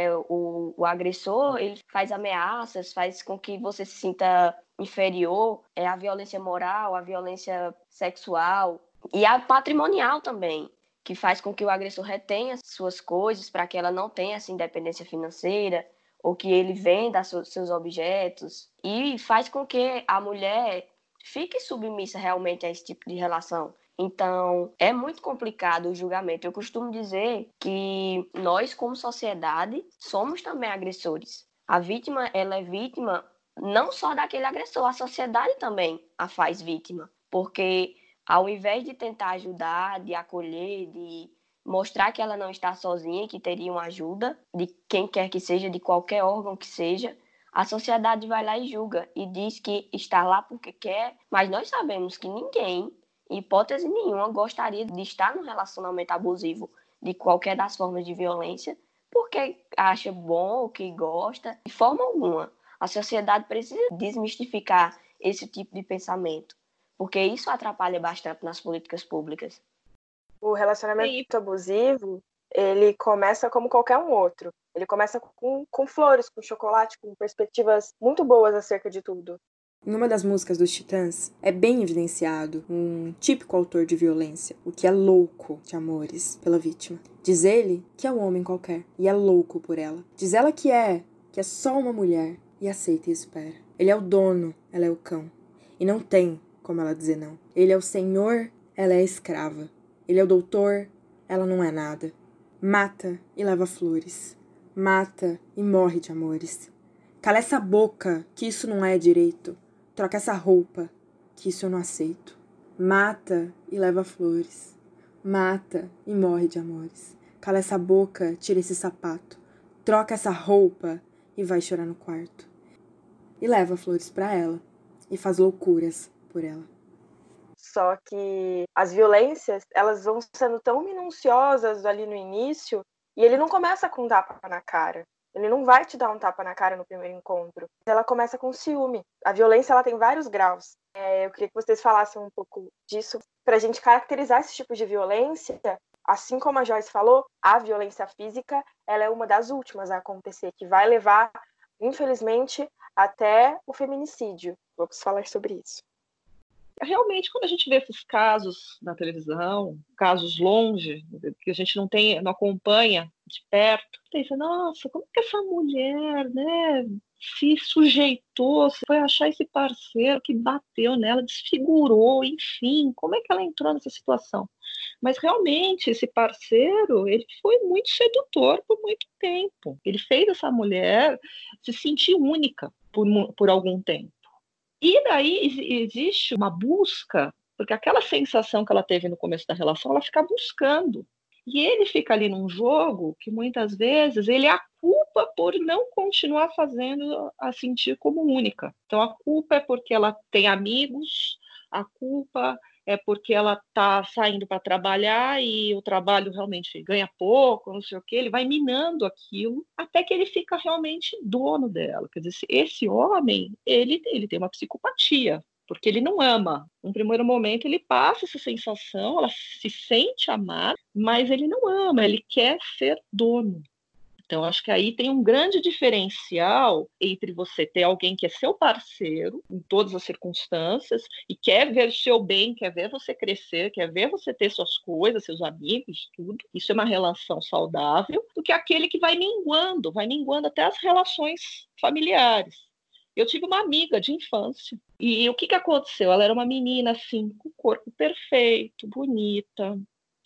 o agressor ele faz ameaças, faz com que você se sinta inferior, a violência moral, a violência sexual e a patrimonial também, que faz com que o agressor retenha suas coisas para que ela não tenha essa independência financeira, ou que ele venda seus objetos, e faz com que a mulher fique submissa realmente a esse tipo de relação. Então, é muito complicado o julgamento. Eu costumo dizer que nós, como sociedade, somos também agressores. A vítima, ela é vítima não só daquele agressor, a sociedade também a faz vítima, porque ao invés de tentar ajudar, de acolher, de mostrar que ela não está sozinha, que teria uma ajuda de quem quer que seja, de qualquer órgão que seja, a sociedade vai lá e julga e diz que está lá porque quer, mas nós sabemos que ninguém, em hipótese nenhuma, gostaria de estar num relacionamento abusivo de qualquer das formas de violência, porque acha bom ou que gosta, de forma alguma. A sociedade precisa desmistificar esse tipo de pensamento, porque isso atrapalha bastante nas políticas públicas. O relacionamento abusivo, ele começa como qualquer um outro. Ele começa com flores, com chocolate, com perspectivas muito boas acerca de tudo. Numa das músicas dos Titãs, é bem evidenciado um típico autor de violência, o que é louco de amores pela vítima. Diz ele que é um homem qualquer, e é louco por ela. Diz ela que é só uma mulher, e aceita e espera. Ele é o dono, ela é o cão. E não tem como ela dizer não. Ele é o senhor, ela é a escrava. Ele é o doutor, ela não é nada. Mata e leva flores. Mata e morre de amores. Cala essa boca, que isso não é direito. Troca essa roupa, que isso eu não aceito. Mata e leva flores. Mata e morre de amores. Cala essa boca, tira esse sapato. Troca essa roupa, e vai chorar no quarto. E leva flores para ela e faz loucuras por ela. Só que as violências, elas vão sendo tão minuciosas ali no início, e ele não começa com um tapa na cara. Ele não vai te dar um tapa na cara no primeiro encontro. Ela começa com ciúme. A violência, ela tem vários graus. Eu queria que vocês falassem um pouco disso, para a gente caracterizar esse tipo de violência. Assim como a Joyce falou, a violência física, ela é uma das últimas a acontecer, que vai levar, infelizmente, até o feminicídio. Vamos falar sobre isso. Realmente, quando a gente vê esses casos na televisão, casos longe, que a gente não acompanha de perto, pensa, nossa, como que essa mulher, né, se sujeitou, se foi achar esse parceiro que bateu nela, desfigurou, enfim, como é que ela entrou nessa situação? Mas realmente esse parceiro, ele foi muito sedutor por muito tempo. Ele fez essa mulher se sentir única por algum tempo. E daí existe uma busca, porque aquela sensação que ela teve no começo da relação, ela fica buscando. E ele fica ali num jogo que muitas vezes ele a culpa por não continuar fazendo a sentir como única. Então a culpa é porque ela tem amigos, a culpa é porque ela está saindo para trabalhar e o trabalho realmente ganha pouco, não sei o quê. Ele vai minando aquilo até que ele fica realmente dono dela. Quer dizer, esse homem, ele tem uma psicopatia, porque ele não ama. No primeiro momento, ele passa essa sensação, ela se sente amada, mas ele não ama, ele quer ser dono. Então, acho que aí tem um grande diferencial entre você ter alguém que é seu parceiro em todas as circunstâncias e quer ver o seu bem, quer ver você crescer, quer ver você ter suas coisas, seus amigos, tudo. Isso é uma relação saudável, do que aquele que vai minguando até as relações familiares. Eu tive uma amiga de infância e o que aconteceu? Ela era uma menina assim, com o corpo perfeito, bonita.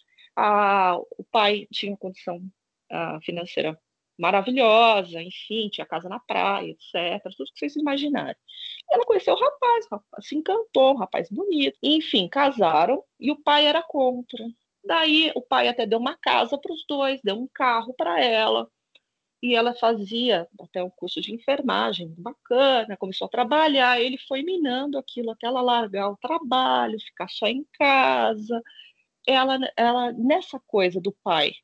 O pai tinha condição financeira maravilhosa, enfim, tinha casa na praia, etc. Tudo que vocês imaginarem. Ela conheceu o rapaz se encantou, um rapaz bonito. Enfim, casaram e o pai era contra. Daí o pai até deu uma casa para os dois, deu um carro para ela. E ela fazia até um curso de enfermagem bacana, começou a trabalhar. Ele foi minando aquilo até ela largar o trabalho, ficar só em casa. Ela nessa coisa do pai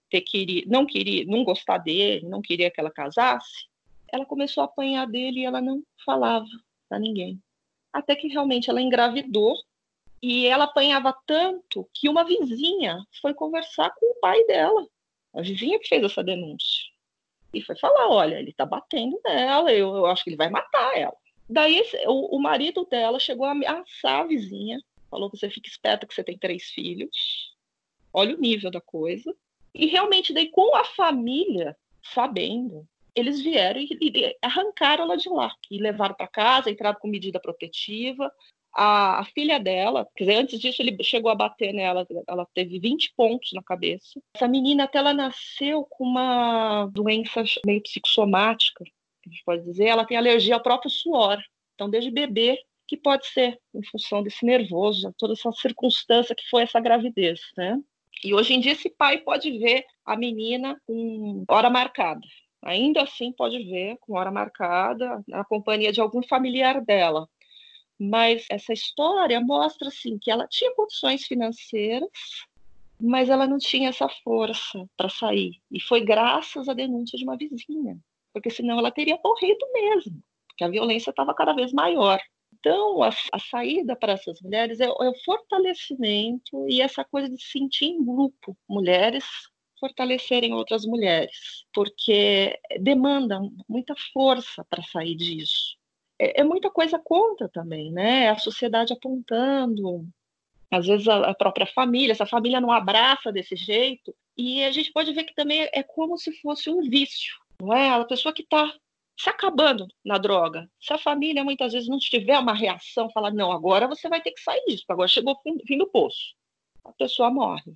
não gostar dele, não queria que ela casasse, ela começou a apanhar dele e ela não falava para ninguém. Até que realmente ela engravidou e ela apanhava tanto que uma vizinha foi conversar com o pai dela. A vizinha que fez essa denúncia. E foi falar, olha, ele tá batendo nela, eu acho que ele vai matar ela. Daí o marido dela chegou a ameaçar a vizinha, falou que você fica esperta que você tem 3 filhos. Olha o nível da coisa. E realmente, daí com a família sabendo, eles vieram e arrancaram ela de lá. E levaram para casa, entraram com medida protetiva. A filha dela, quer dizer, antes disso ele chegou a bater nela, ela teve 20 pontos na cabeça. Essa menina até ela nasceu com uma doença meio psicossomática, a gente pode dizer, ela tem alergia ao próprio suor. Então, desde bebê, que pode ser em função desse nervoso, toda essa circunstância que foi essa gravidez, né? E hoje em dia esse pai pode ver a menina com hora marcada. Ainda assim pode ver com hora marcada na companhia de algum familiar dela. Mas essa história mostra assim, que ela tinha condições financeiras, mas ela não tinha essa força para sair. E foi graças à denúncia de uma vizinha, porque senão ela teria morrido mesmo, porque a violência estava cada vez maior. Então, a saída para essas mulheres é o fortalecimento e essa coisa de se sentir em grupo, mulheres fortalecerem outras mulheres, porque demanda muita força para sair disso. É muita coisa contra também, né? A sociedade apontando, às vezes a própria família, essa família não abraça desse jeito, e a gente pode ver que também é como se fosse um vício, não é? A pessoa que está se acabando na droga. Se a família muitas vezes não tiver uma reação, falar, não, agora você vai ter que sair disso, agora chegou o fim do poço. A pessoa morre.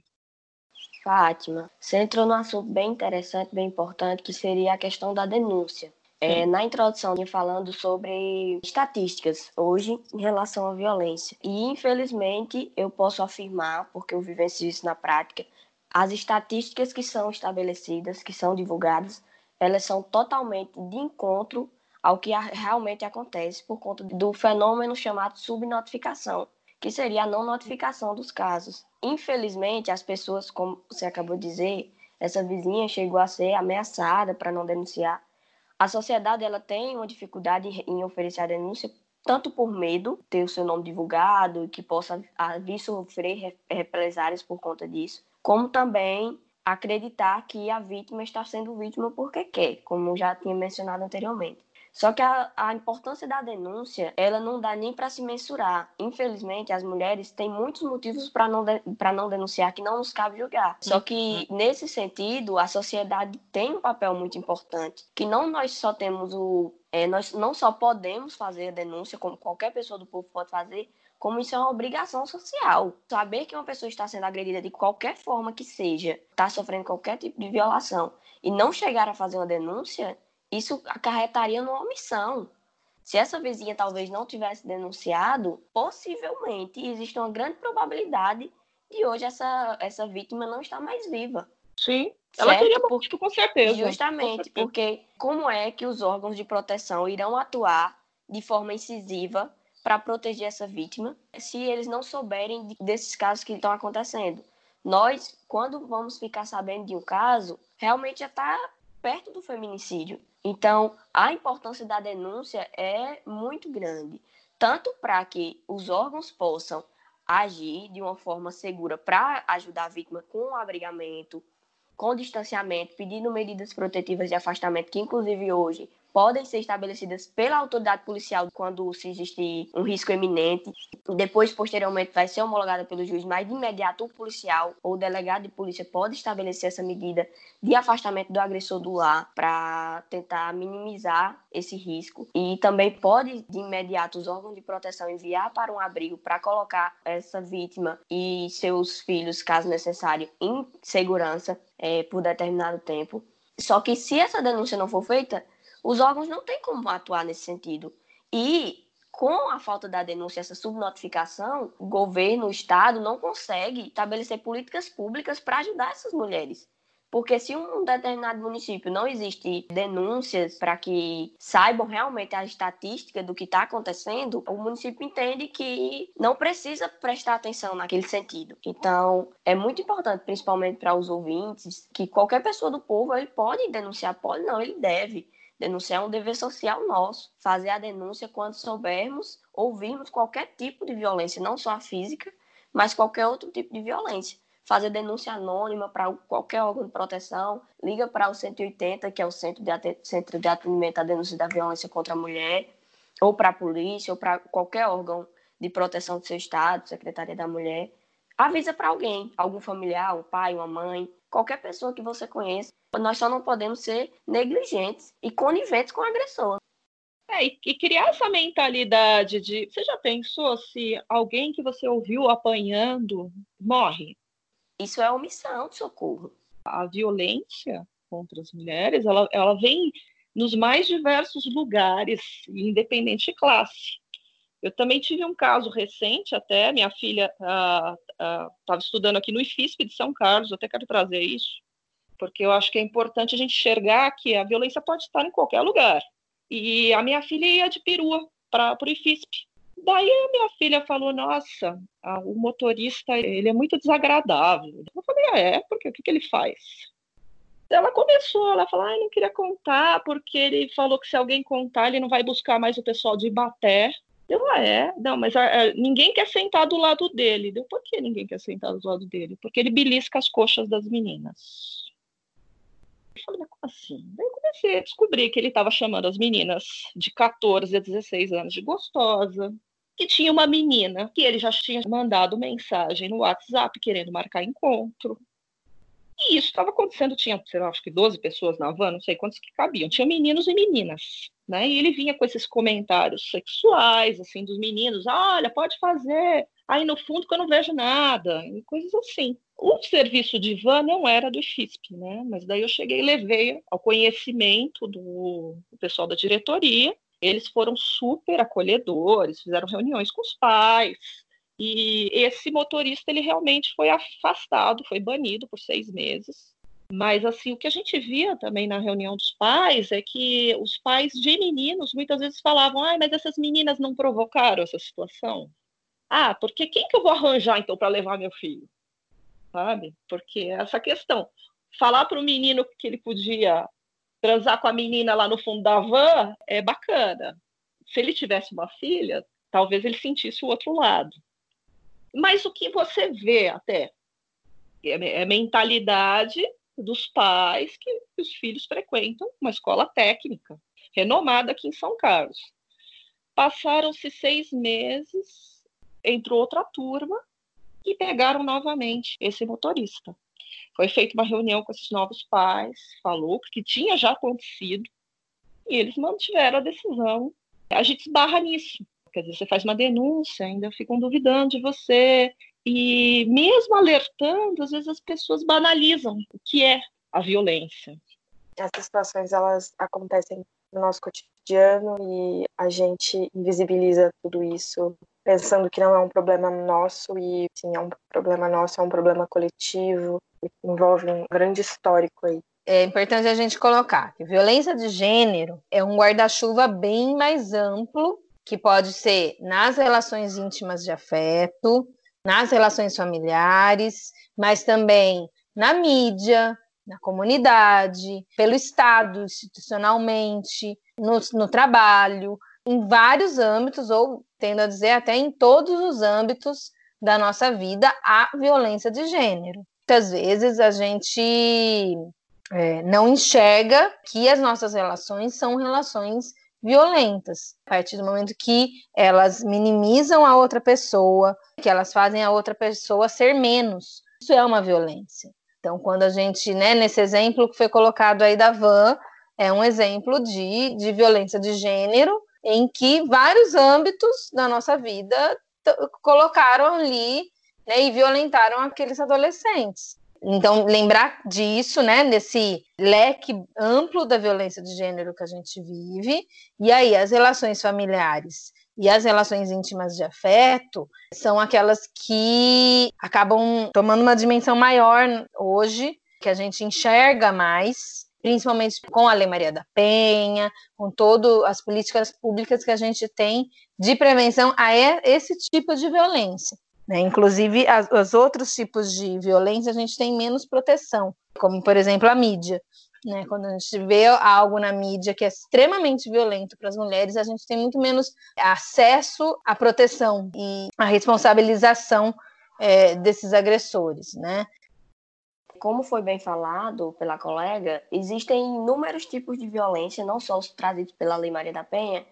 Fátima, você entrou num assunto bem interessante, bem importante, que seria a questão da denúncia. Na introdução, eu falando sobre estatísticas hoje em relação à violência. E, infelizmente, eu posso afirmar, porque eu vivencio isso na prática, as estatísticas que são estabelecidas, que são divulgadas, elas são totalmente de encontro ao que realmente acontece por conta do fenômeno chamado subnotificação, que seria a não notificação dos casos. Infelizmente, as pessoas, como você acabou de dizer, essa vizinha chegou a ser ameaçada para não denunciar. A sociedade ela tem uma dificuldade em oferecer a denúncia, tanto por medo de ter o seu nome divulgado e que possa vir sofrer represálias por conta disso, como também acreditar que a vítima está sendo vítima porque quer, como já tinha mencionado anteriormente. Só que a importância da denúncia, ela não dá nem para se mensurar. Infelizmente, as mulheres têm muitos motivos para não denunciar, que não nos cabe julgar. Só que, nesse sentido, a sociedade tem um papel muito importante, que nós só temos nós não só podemos fazer a denúncia, como qualquer pessoa do povo pode fazer, como isso é uma obrigação social. Saber que uma pessoa está sendo agredida de qualquer forma que seja, está sofrendo qualquer tipo de violação, e não chegar a fazer uma denúncia, isso acarretaria numa omissão. Se essa vizinha talvez não tivesse denunciado, possivelmente existe uma grande probabilidade de hoje essa vítima não estar mais viva. Sim, ela teria morrido com certeza. Justamente, porque como é que os órgãos de proteção irão atuar de forma incisiva para proteger essa vítima se eles não souberem desses casos que estão acontecendo? Nós, quando vamos ficar sabendo de um caso, realmente já está perto do feminicídio. Então, a importância da denúncia é muito grande, tanto para que os órgãos possam agir de uma forma segura para ajudar a vítima com abrigamento, com distanciamento, pedindo medidas protetivas de afastamento, que inclusive hoje podem ser estabelecidas pela autoridade policial quando se existe um risco iminente. Depois, posteriormente, vai ser homologada pelo juiz, mas de imediato o policial ou o delegado de polícia pode estabelecer essa medida de afastamento do agressor do lar para tentar minimizar esse risco. E também pode, de imediato, os órgãos de proteção enviar para um abrigo para colocar essa vítima e seus filhos, caso necessário, em segurança por determinado tempo. Só que se essa denúncia não for feita, os órgãos não têm como atuar nesse sentido. E, com a falta da denúncia, essa subnotificação, o governo, o Estado, não consegue estabelecer políticas públicas para ajudar essas mulheres. Porque se um determinado município não existe denúncias para que saibam realmente a estatística do que está acontecendo, o município entende que não precisa prestar atenção naquele sentido. Então, é muito importante, principalmente para os ouvintes, que qualquer pessoa do povo ele pode denunciar, pode não, ele deve. Denunciar é um dever social nosso. Fazer a denúncia quando soubermos, ouvirmos qualquer tipo de violência, não só a física, mas qualquer outro tipo de violência. Fazer denúncia anônima para qualquer órgão de proteção, liga para o 180, que é o Centro de Atendimento à Denúncia da Violência contra a Mulher, ou para a polícia, ou para qualquer órgão de proteção do seu estado, Secretaria da Mulher. Avisa para alguém, algum familiar, um pai, uma mãe, qualquer pessoa que você conheça. Nós só não podemos ser negligentes e coniventes com o agressor. E criar essa mentalidade de... Você já pensou se alguém que você ouviu apanhando morre? Isso é omissão de socorro. A violência contra as mulheres, ela vem nos mais diversos lugares, independente de classe. Eu também tive um caso recente, até minha filha estava estudando aqui no IFISP de São Carlos, eu até quero trazer isso, porque eu acho que é importante a gente enxergar que a violência pode estar em qualquer lugar. E a minha filha ia de perua para o IFISP. Daí a minha filha falou, nossa, o motorista ele é muito desagradável. Eu falei, porque o que ele faz? Ela falou, não queria contar, porque ele falou que se alguém contar, ele não vai buscar mais o pessoal de Ibaté. Eu, não, mas ninguém quer sentar do lado dele. Por que ninguém quer sentar do lado dele? Porque ele belisca as coxas das meninas. Eu falei, mas como assim? Daí eu comecei a descobrir que ele estava chamando as meninas de 14 a 16 anos de gostosa, que tinha uma menina que ele já tinha mandado mensagem no WhatsApp querendo marcar encontro. E isso estava acontecendo, tinha, sei lá, acho que 12 pessoas na van, não sei quantos que cabiam, tinha meninos e meninas, né? E ele vinha com esses comentários sexuais, assim, dos meninos, olha, pode fazer, aí no fundo que eu não vejo nada, e coisas assim. O serviço de van não era do IFISP, né? Mas daí eu cheguei e levei ao conhecimento do pessoal da diretoria, eles foram super acolhedores, fizeram reuniões com os pais, e esse motorista, ele realmente foi afastado, foi banido por 6 meses. Mas, assim, o que a gente via também na reunião dos pais é que os pais de meninos muitas vezes falavam: mas essas meninas não provocaram essa situação? Porque quem que eu vou arranjar, então, para levar meu filho? Sabe? Porque essa questão, falar para o menino que ele podia transar com a menina lá no fundo da van é bacana. Se ele tivesse uma filha, talvez ele sentisse o outro lado. Mas o que você vê até é mentalidade dos pais que os filhos frequentam uma escola técnica, renomada aqui em São Carlos. Passaram-se 6 meses, entrou outra turma e pegaram novamente esse motorista. Foi feita uma reunião com esses novos pais, falou que tinha já acontecido, e eles mantiveram a decisão. A gente esbarra nisso. Quer dizer, você faz uma denúncia, ainda ficam duvidando de você, e mesmo alertando, às vezes as pessoas banalizam o que é a violência. Essas situações, elas acontecem no nosso cotidiano e a gente invisibiliza tudo isso, pensando que não é um problema nosso, e sim, é um problema nosso, é um problema coletivo, que envolve um grande histórico aí. É importante a gente colocar que violência de gênero é um guarda-chuva bem mais amplo, que pode ser nas relações íntimas de afeto, nas relações familiares, mas também na mídia, na comunidade, pelo Estado, institucionalmente, no trabalho, em vários âmbitos, ou tendo a dizer até em todos os âmbitos da nossa vida, há violência de gênero. Muitas vezes a gente não enxerga que as nossas relações são relações violentas, a partir do momento que elas minimizam a outra pessoa, que elas fazem a outra pessoa ser menos. Isso é uma violência. Então, quando a gente, nesse exemplo que foi colocado aí da van, é um exemplo de violência de gênero, em que vários âmbitos da nossa vida colocaram ali, e violentaram aqueles adolescentes. Então, lembrar disso, nesse leque amplo da violência de gênero que a gente vive, e aí as relações familiares e as relações íntimas de afeto são aquelas que acabam tomando uma dimensão maior hoje, que a gente enxerga mais, principalmente com a Lei Maria da Penha, com todas as políticas públicas que a gente tem de prevenção a esse tipo de violência. Inclusive, os outros tipos de violência a gente tem menos proteção, como, por exemplo, a mídia. Quando a gente vê algo na mídia que é extremamente violento para as mulheres, a gente tem muito menos acesso à proteção e à responsabilização desses agressores, Como foi bem falado pela colega, existem inúmeros tipos de violência, não só os trazidos pela Lei Maria da Penha,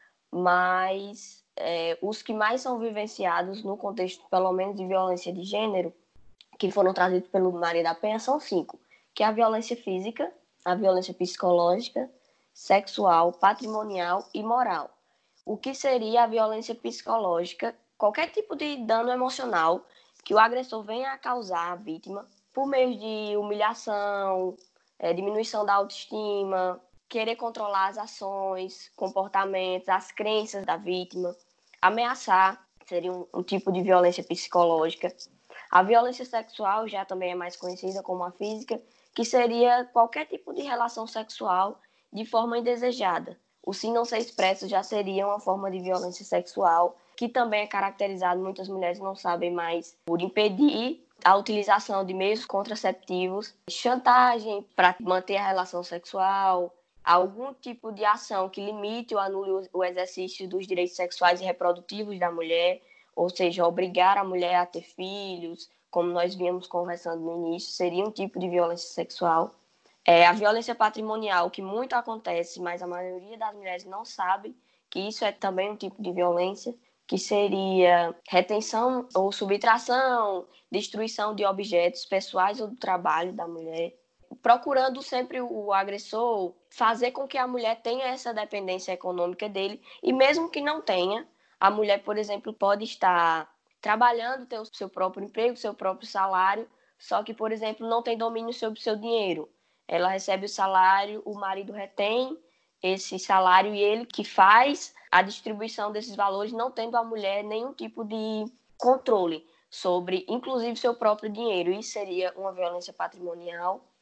mas os que mais são vivenciados no contexto, pelo menos, de violência de gênero, que foram trazidos pela Maria da Penha, são 5, que é a violência física, a violência psicológica, sexual, patrimonial e moral. O que seria a violência psicológica? Qualquer tipo de dano emocional que o agressor venha a causar à vítima, por meio de humilhação, diminuição da autoestima, querer controlar as ações, comportamentos, as crenças da vítima, ameaçar, seria um tipo de violência psicológica. A violência sexual já também é mais conhecida como a física, que seria qualquer tipo de relação sexual de forma indesejada. O sim não ser expresso já seria uma forma de violência sexual, que também é caracterizado, muitas mulheres não sabem mais, por impedir a utilização de meios contraceptivos, chantagem para manter a relação sexual, algum tipo de ação que limite ou anule o exercício dos direitos sexuais e reprodutivos da mulher, ou seja, obrigar a mulher a ter filhos, como nós vínhamos conversando no início, seria um tipo de violência sexual. A violência patrimonial, que muito acontece, mas a maioria das mulheres não sabe que isso é também um tipo de violência, que seria retenção ou subtração, destruição de objetos pessoais ou do trabalho da mulher, procurando sempre o agressor fazer com que a mulher tenha essa dependência econômica dele, e mesmo que não tenha, a mulher, por exemplo, pode estar trabalhando, ter o seu próprio emprego, seu próprio salário, só que, por exemplo, não tem domínio sobre o seu dinheiro. Ela recebe o salário, o marido retém esse salário e ele que faz a distribuição desses valores, não tendo a mulher nenhum tipo de controle sobre, inclusive, seu próprio dinheiro. Isso seria uma violência patrimonial.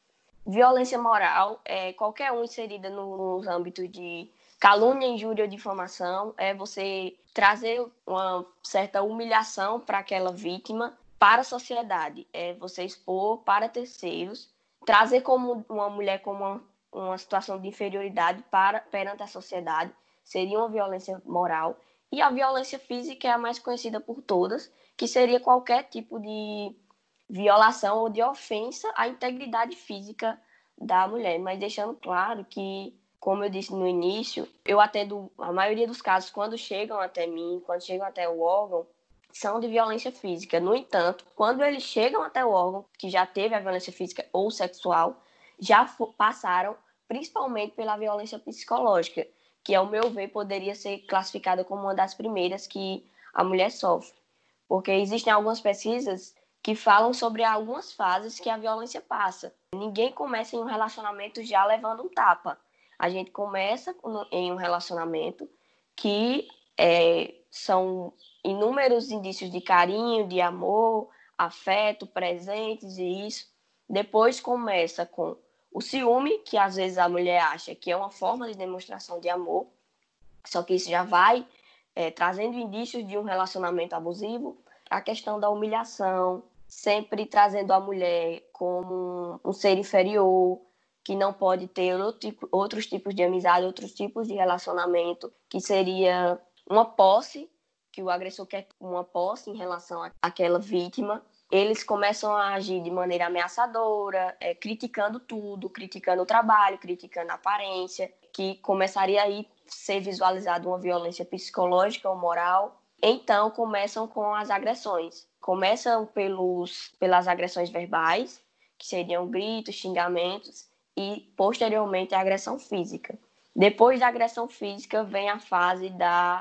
Violência moral é qualquer um inserida nos âmbitos de calúnia, injúria ou difamação, é você trazer uma certa humilhação para aquela vítima, para a sociedade, é você expor para terceiros, trazer como uma mulher como uma situação de inferioridade perante a sociedade, seria uma violência moral. E a violência física é a mais conhecida por todas, que seria qualquer tipo de violação ou de ofensa à integridade física da mulher. Mas deixando claro que, como eu disse no início, eu atendo a maioria dos casos, quando chegam até mim, quando chegam até o órgão, são de violência física. No entanto, quando eles chegam até o órgão, que já teve a violência física ou sexual, já passaram principalmente pela violência psicológica, que, ao meu ver, poderia ser classificada como uma das primeiras que a mulher sofre. Porque existem algumas pesquisas que falam sobre algumas fases que a violência passa. Ninguém começa em um relacionamento já levando um tapa. A gente começa em um relacionamento que são inúmeros indícios de carinho, de amor, afeto, presentes e isso. Depois começa com o ciúme, que às vezes a mulher acha que é uma forma de demonstração de amor, só que isso já vai trazendo indícios de um relacionamento abusivo. A questão da humilhação, sempre trazendo a mulher como um ser inferior, que não pode ter outros tipos de amizade, outros tipos de relacionamento, que seria uma posse, que o agressor quer uma posse em relação àquela vítima. Eles começam a agir de maneira ameaçadora, criticando tudo, criticando o trabalho, criticando a aparência, que começaria aí a ser visualizado uma violência psicológica ou moral. Então, começam com as agressões. Começam pelas agressões verbais, que seriam gritos, xingamentos, e, posteriormente, a agressão física. Depois da agressão física, vem a fase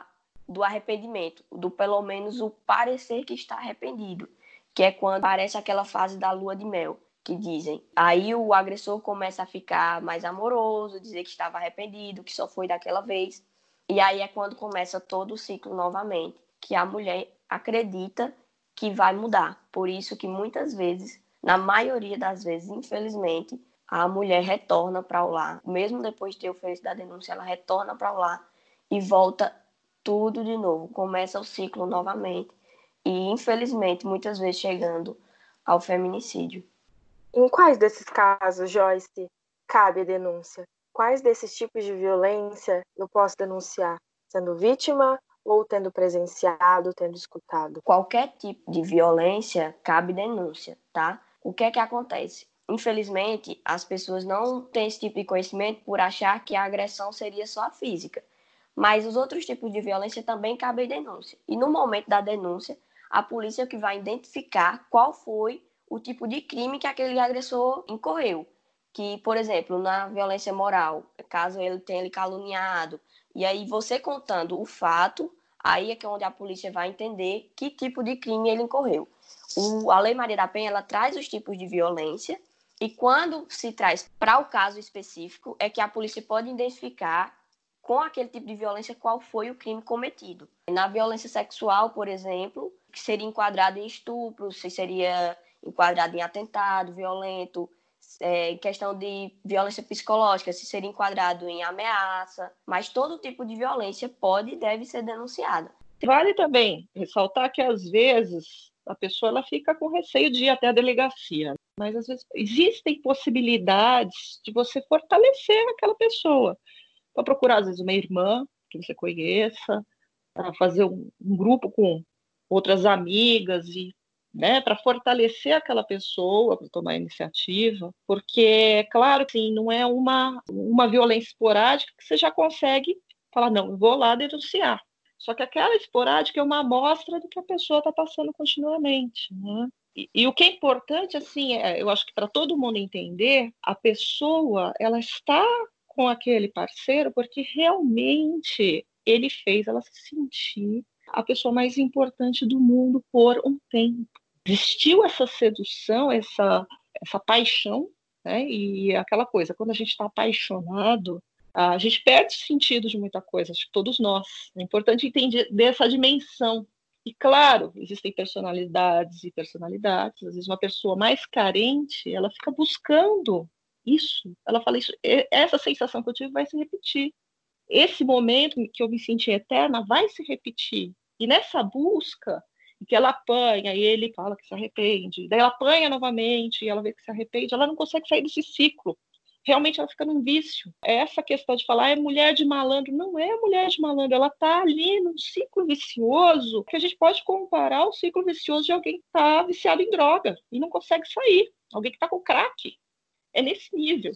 do arrependimento, do pelo menos o parecer que está arrependido, que é quando aparece aquela fase da lua de mel, que dizem. Aí o agressor começa a ficar mais amoroso, dizer que estava arrependido, que só foi daquela vez. E aí é quando começa todo o ciclo novamente, que a mulher acredita que vai mudar. Por isso que muitas vezes, na maioria das vezes, infelizmente, a mulher retorna para o lar. Mesmo depois de ter oferecido a denúncia, ela retorna para o lar e volta tudo de novo. Começa o ciclo novamente. E, infelizmente, muitas vezes chegando ao feminicídio. Em quais desses casos, Joyce, cabe a denúncia? Quais desses tipos de violência eu posso denunciar? Sendo vítima ou tendo presenciado, tendo escutado? Qualquer tipo de violência cabe denúncia, tá? O que é que acontece? Infelizmente, as pessoas não têm esse tipo de conhecimento por achar que a agressão seria só a física. Mas os outros tipos de violência também cabem denúncia. E no momento da denúncia, a polícia é que vai identificar qual foi o tipo de crime que aquele agressor incorreu. Que, por exemplo, na violência moral, caso ele tenha lhe caluniado, e aí você contando o fato, aí é que é onde a polícia vai entender que tipo de crime ele incorreu. A Lei Maria da Penha, ela traz os tipos de violência, e quando se traz para o caso específico, é que a polícia pode identificar com aquele tipo de violência qual foi o crime cometido. Na violência sexual, por exemplo, que seria enquadrado em estupro, se seria enquadrado em atentado violento, em questão de violência psicológica, se seria enquadrado em ameaça, mas todo tipo de violência pode e deve ser denunciada. Vale também ressaltar que, às vezes, a pessoa ela fica com receio de ir até a delegacia, mas, às vezes, existem possibilidades de você fortalecer aquela pessoa. Para procurar, às vezes, uma irmã que você conheça, para fazer um grupo com outras amigas, e, né, para fortalecer aquela pessoa, para tomar iniciativa, porque, é claro que assim, não é uma violência esporádica que você já consegue falar, não, eu vou lá denunciar. Só que aquela esporádica é uma amostra do que a pessoa está passando continuamente, né? E o que é importante, assim, eu acho que para todo mundo entender, a pessoa, ela está com aquele parceiro porque realmente ele fez ela se sentir a pessoa mais importante do mundo por um tempo. Existiu essa sedução, essa paixão, né? E aquela coisa, quando a gente está apaixonado, a gente perde o sentido de muita coisa, acho que todos nós. É importante entender essa dimensão. E, claro, existem personalidades e personalidades. Às vezes uma pessoa mais carente, ela fica buscando isso. Ela fala isso. Essa sensação que eu tive vai se repetir. Esse momento que eu me senti eterna vai se repetir. E nessa busca, que ela apanha e ele fala que se arrepende, daí ela apanha novamente e ela vê que se arrepende, ela não consegue sair desse ciclo. Realmente ela fica num vício. Essa questão de falar é mulher de malandro, não é mulher de malandro, ela está ali num ciclo vicioso, que a gente pode comparar o ciclo vicioso de alguém que está viciado em droga e não consegue sair, alguém que está com crack. É nesse nível.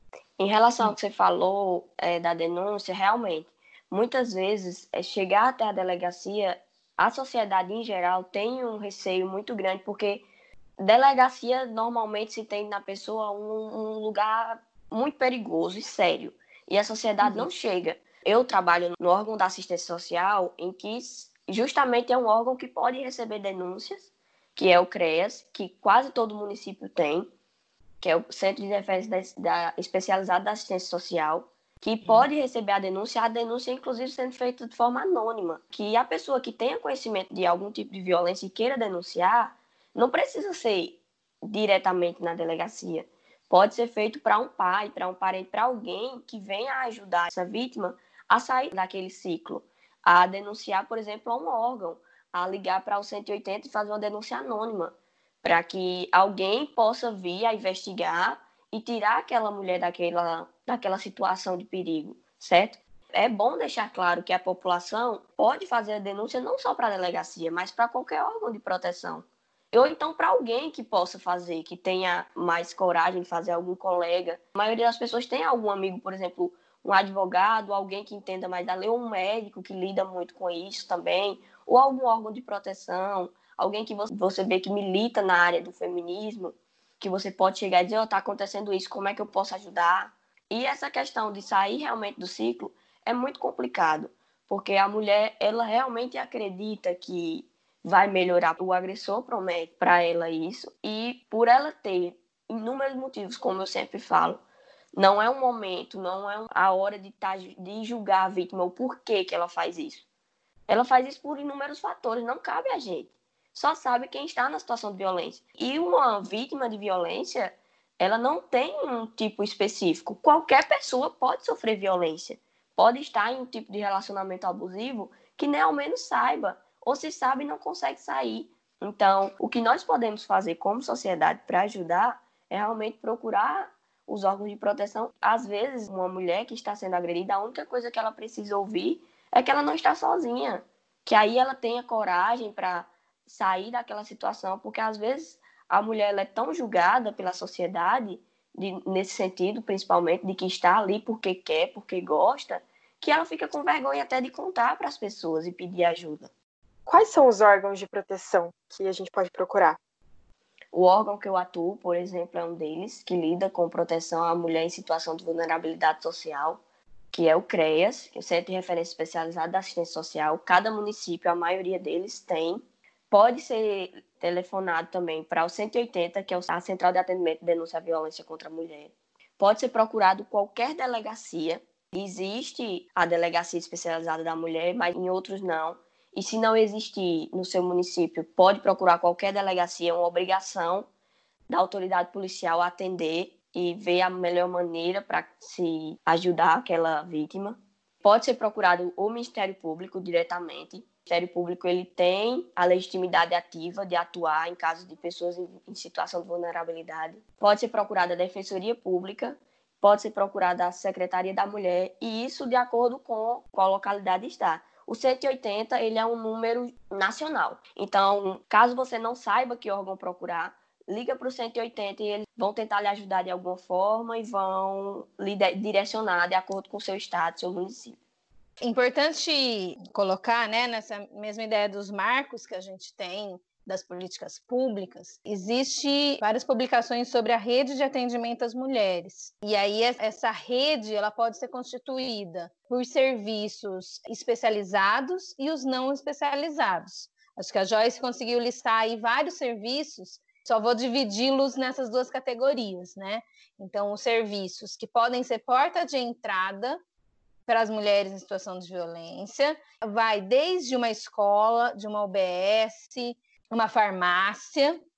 Em relação ao que você falou da denúncia, realmente, muitas vezes, chegar até a delegacia, a sociedade em geral tem um receio muito grande, porque delegacia normalmente se tem na pessoa um lugar muito perigoso e sério, e a sociedade não chega. Eu trabalho no órgão da assistência social, em que justamente é um órgão que pode receber denúncias, que é o CREAS, que quase todo município tem, que é o Centro de Defesa Especializado da Assistência Social, que pode receber a denúncia inclusive sendo feita de forma anônima, que a pessoa que tenha conhecimento de algum tipo de violência e queira denunciar, não precisa ser diretamente na delegacia. Pode ser feito para um pai, para um parente, para alguém que venha ajudar essa vítima a sair daquele ciclo, a denunciar, por exemplo, a um órgão, a ligar para o 180 e fazer uma denúncia anônima, para que alguém possa vir a investigar e tirar aquela mulher daquela situação de perigo, certo? É bom deixar claro que a população pode fazer a denúncia não só para a delegacia, mas para qualquer órgão de proteção. Ou então para alguém que possa fazer, que tenha mais coragem de fazer, algum colega. A maioria das pessoas tem algum amigo, por exemplo, um advogado, alguém que entenda mais da lei, ou um médico que lida muito com isso também, ou algum órgão de proteção, alguém que você vê que milita na área do feminismo, que você pode chegar e dizer, está acontecendo isso, como é que eu posso ajudar? E essa questão de sair realmente do ciclo é muito complicado, porque a mulher, ela realmente acredita que vai melhorar. O agressor promete para ela isso, e por ela ter inúmeros motivos, como eu sempre falo, não é um momento, não é a hora de julgar a vítima, o porquê que ela faz isso. Ela faz isso por inúmeros fatores, não cabe a gente. Só sabe quem está na situação de violência. E uma vítima de violência, ela não tem um tipo específico. Qualquer pessoa pode sofrer violência. Pode estar em um tipo de relacionamento abusivo que nem ao menos saiba. Ou se sabe, não consegue sair. Então, o que nós podemos fazer como sociedade para ajudar é realmente procurar os órgãos de proteção. Às vezes, uma mulher que está sendo agredida, a única coisa que ela precisa ouvir é que ela não está sozinha. Que aí ela tenha coragem para sair daquela situação, porque às vezes a mulher ela é tão julgada pela sociedade, nesse sentido, principalmente, de que está ali porque quer, porque gosta, que ela fica com vergonha até de contar para as pessoas e pedir ajuda. Quais são os órgãos de proteção que a gente pode procurar? O órgão que eu atuo, por exemplo, é um deles, que lida com proteção à mulher em situação de vulnerabilidade social, que é o CREAS, que é o Centro de Referência Especializado da Assistência Social. Cada município, a maioria deles tem. Pode ser telefonado também para o 180, que é a Central de Atendimento e Denúncia à Violência contra a Mulher. Pode ser procurado qualquer delegacia. Existe a Delegacia Especializada da Mulher, mas em outros não. E se não existir no seu município, pode procurar qualquer delegacia, é uma obrigação da autoridade policial atender e ver a melhor maneira para se ajudar aquela vítima. Pode ser procurado o Ministério Público diretamente. O Ministério Público ele tem a legitimidade ativa de atuar em casos de pessoas em situação de vulnerabilidade. Pode ser procurada a Defensoria Pública, pode ser procurada a Secretaria da Mulher, e isso de acordo com qual localidade está. O 180 ele é um número nacional. Então, caso você não saiba que órgão procurar, liga para o 180 e eles vão tentar lhe ajudar de alguma forma e vão lhe direcionar de acordo com o seu estado, seu município. Importante colocar, né, nessa mesma ideia dos marcos que a gente tem das políticas públicas, existe várias publicações sobre a rede de atendimento às mulheres. E aí essa rede ela pode ser constituída por serviços especializados e os não especializados. Acho que a Joyce conseguiu listar aí vários serviços, só vou dividi-los nessas duas categorias, né? Então, os serviços que podem ser porta de entrada para as mulheres em situação de violência, vai desde uma escola, de uma UBS, uma farmácia,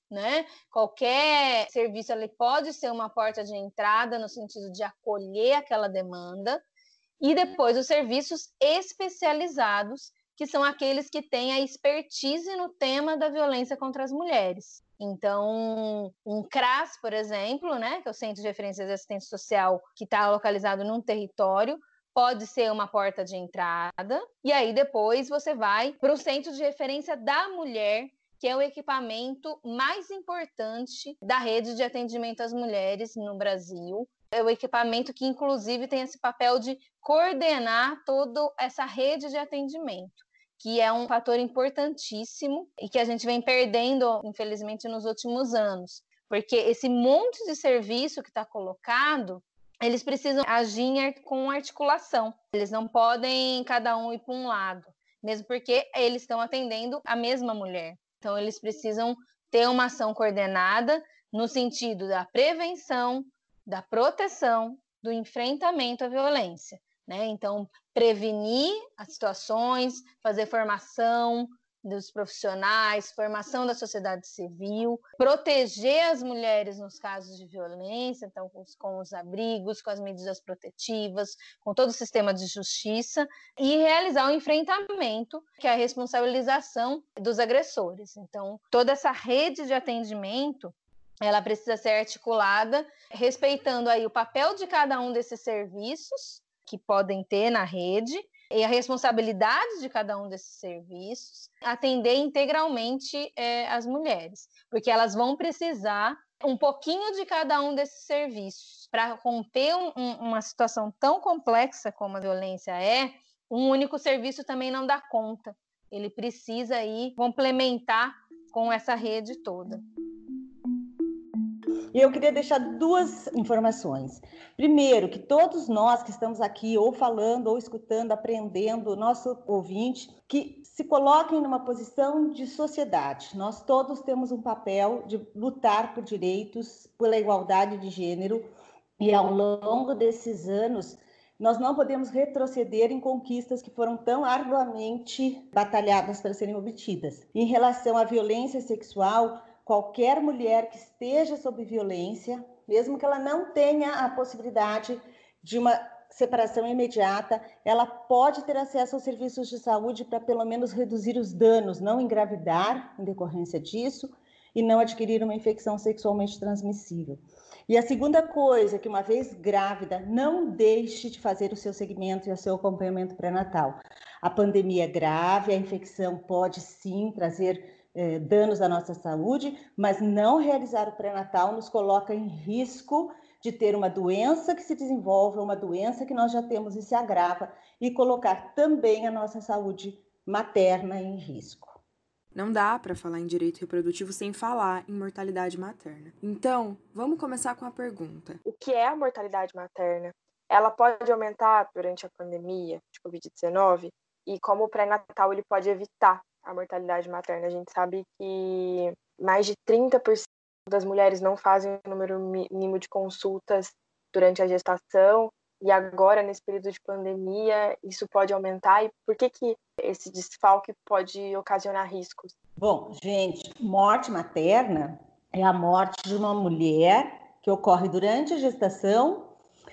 né? Qualquer serviço ele pode ser uma porta de entrada no sentido de acolher aquela demanda, e depois os serviços especializados, que são aqueles que têm a expertise no tema da violência contra as mulheres. Então, um CRAS, por exemplo, né, que é o Centro de Referência de Assistência Social, que está localizado num território, pode ser uma porta de entrada, e aí depois você vai para o Centro de Referência da Mulher, que é o equipamento mais importante da rede de atendimento às mulheres no Brasil. É o equipamento que, inclusive, tem esse papel de coordenar toda essa rede de atendimento, que é um fator importantíssimo e que a gente vem perdendo, infelizmente, nos últimos anos. Porque esse monte de serviço que está colocado, eles precisam agir com articulação. Eles não podem cada um ir para um lado, mesmo porque eles estão atendendo a mesma mulher. Então, eles precisam ter uma ação coordenada no sentido da prevenção, da proteção, do enfrentamento à violência, né? Então, prevenir as situações, fazer formação dos profissionais, formação da sociedade civil, proteger as mulheres nos casos de violência, então com os abrigos, com as medidas protetivas, com todo o sistema de justiça, e realizar o enfrentamento, que é a responsabilização dos agressores. Então, toda essa rede de atendimento, ela precisa ser articulada, respeitando aí o papel de cada um desses serviços que podem ter na rede, e a responsabilidade de cada um desses serviços, atender integralmente as mulheres, porque elas vão precisar um pouquinho de cada um desses serviços. Para romper uma situação tão complexa como a violência é, um único serviço também não dá conta. Ele precisa aí complementar com essa rede toda. E eu queria deixar duas informações. Primeiro, que todos nós que estamos aqui ou falando, ou escutando, aprendendo, nosso ouvinte, que se coloquem numa posição de sociedade. Nós todos temos um papel de lutar por direitos, pela igualdade de gênero, e ao longo desses anos, nós não podemos retroceder em conquistas que foram tão arduamente batalhadas para serem obtidas. Em relação à violência sexual, qualquer mulher que esteja sob violência, mesmo que ela não tenha a possibilidade de uma separação imediata, ela pode ter acesso aos serviços de saúde para pelo menos reduzir os danos, não engravidar em decorrência disso e não adquirir uma infecção sexualmente transmissível. E a segunda coisa, que uma vez grávida, não deixe de fazer o seu segmento e o seu acompanhamento pré-natal. A pandemia é grave, a infecção pode sim trazer danos à nossa saúde, mas não realizar o pré-natal nos coloca em risco de ter uma doença que se desenvolve, uma doença que nós já temos e se agrava, e colocar também a nossa saúde materna em risco. Não dá para falar em direito reprodutivo sem falar em mortalidade materna. Então, vamos começar com a pergunta. O que é a mortalidade materna? Ela pode aumentar durante a pandemia de Covid-19? E como o pré-natal ele pode evitar a mortalidade materna? A gente sabe que mais de 30% das mulheres não fazem o número mínimo de consultas durante a gestação, e agora, nesse período de pandemia, isso pode aumentar. E por que esse desfalque pode ocasionar riscos? Bom, gente, morte materna é a morte de uma mulher que ocorre durante a gestação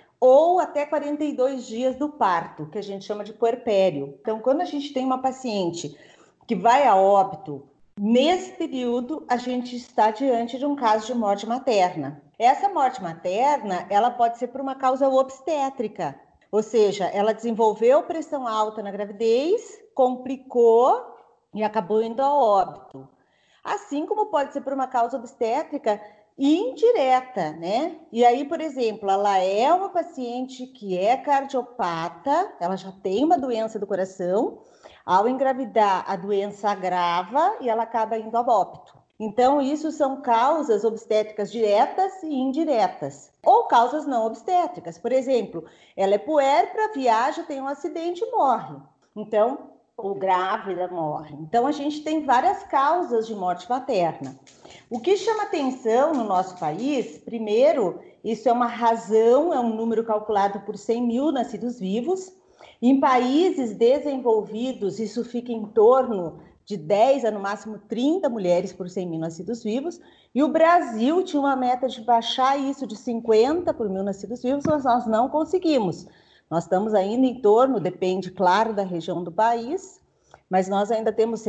ou até 42 dias do parto, que a gente chama de puerpério. Então, quando a gente tem uma paciente que vai a óbito, nesse período a gente está diante de um caso de morte materna. Essa morte materna, ela pode ser por uma causa obstétrica, ou seja, ela desenvolveu pressão alta na gravidez, complicou e acabou indo a óbito. Assim como pode ser por uma causa obstétrica indireta, né? E aí, por exemplo, ela é uma paciente que é cardiopata, ela já tem uma doença do coração. Ao engravidar, a doença agrava e ela acaba indo a óbito. Então, isso são causas obstétricas diretas e indiretas. Ou causas não obstétricas. Por exemplo, ela é puérpera, viaja, tem um acidente e morre. Então, ou grávida morre. Então, a gente tem várias causas de morte materna. O que chama atenção no nosso país, primeiro, isso é uma razão, é um número calculado por 100 mil nascidos vivos. Em países desenvolvidos, isso fica em torno de 10 a no máximo 30 mulheres por 100 mil nascidos vivos, e o Brasil tinha uma meta de baixar isso de 50 por mil nascidos vivos, mas nós não conseguimos. Nós estamos ainda em torno, depende, claro, da região do país, mas nós ainda temos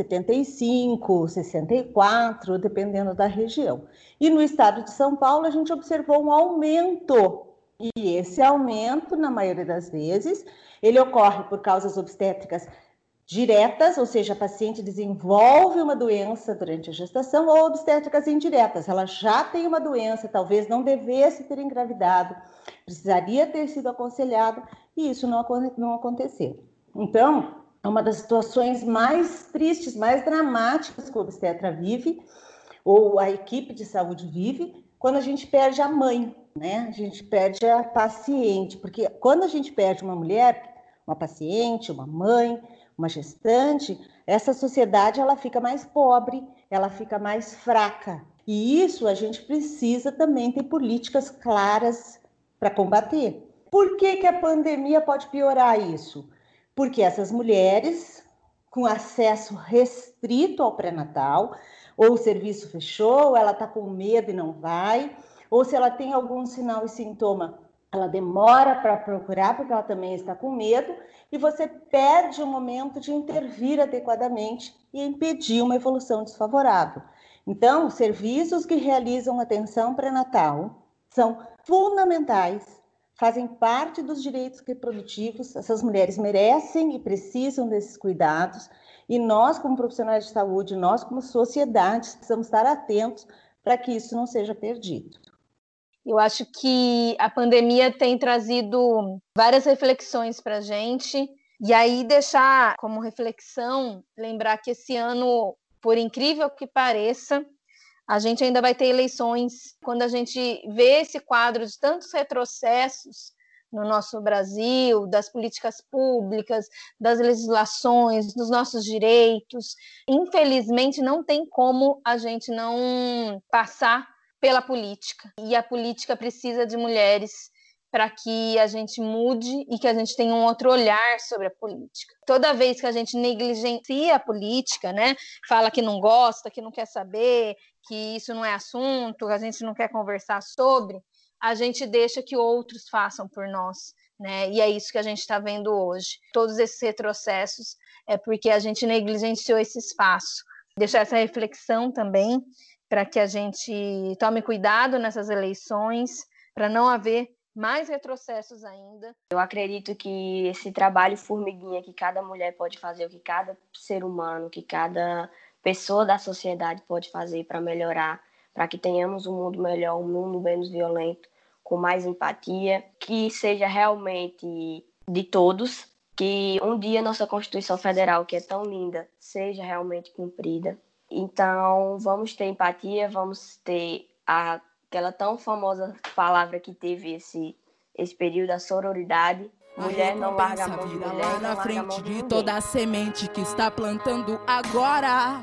75, 64, dependendo da região. E no estado de São Paulo, a gente observou um aumento, e esse aumento, na maioria das vezes, ele ocorre por causas obstétricas diretas, ou seja, a paciente desenvolve uma doença durante a gestação, ou obstétricas indiretas, ela já tem uma doença, talvez não devesse ter engravidado, precisaria ter sido aconselhada, e isso não aconteceu. Então, é uma das situações mais tristes, mais dramáticas que o obstetra vive, ou a equipe de saúde vive, quando a gente perde a mãe, né? A gente perde a paciente, porque quando a gente perde uma mulher, uma paciente, uma mãe, uma gestante, essa sociedade ela fica mais pobre, ela fica mais fraca. E isso a gente precisa também ter políticas claras para combater. Por que a pandemia pode piorar isso? Porque essas mulheres, com acesso restrito ao pré-natal, ou o serviço fechou, ou ela está com medo e não vai, ou se ela tem algum sinal e sintoma, ela demora para procurar porque ela também está com medo, e você perde o momento de intervir adequadamente e impedir uma evolução desfavorável. Então, serviços que realizam atenção pré-natal são fundamentais, fazem parte dos direitos reprodutivos, essas mulheres merecem e precisam desses cuidados, e nós, como profissionais de saúde, nós, como sociedade, precisamos estar atentos para que isso não seja perdido. Eu acho que a pandemia tem trazido várias reflexões para a gente, e aí deixar como reflexão, lembrar que esse ano, por incrível que pareça, a gente ainda vai ter eleições. Quando a gente vê esse quadro de tantos retrocessos no nosso Brasil, das políticas públicas, das legislações, dos nossos direitos, infelizmente não tem como a gente não passar pela política. E a política precisa de mulheres para que a gente mude e que a gente tenha um outro olhar sobre a política. Toda vez que a gente negligencia a política, né, fala que não gosta, que não quer saber, que isso não é assunto, que a gente não quer conversar sobre, a gente deixa que outros façam por nós, né? E é isso que a gente está vendo hoje. Todos esses retrocessos é porque a gente negligenciou esse espaço. Deixar essa reflexão também para que a gente tome cuidado nessas eleições, para não haver mais retrocessos ainda. Eu acredito que esse trabalho formiguinha que cada mulher pode fazer, o que cada ser humano, que cada pessoa da sociedade pode fazer para melhorar, para que tenhamos um mundo melhor, um mundo menos violento, com mais empatia, que seja realmente de todos, que um dia nossa Constituição Federal, que é tão linda, seja realmente cumprida. Então, vamos ter empatia, vamos ter aquela tão famosa palavra que teve esse período da sororidade. Mulher não larga a mão de mulher, lá na frente de toda a semente que está plantando agora.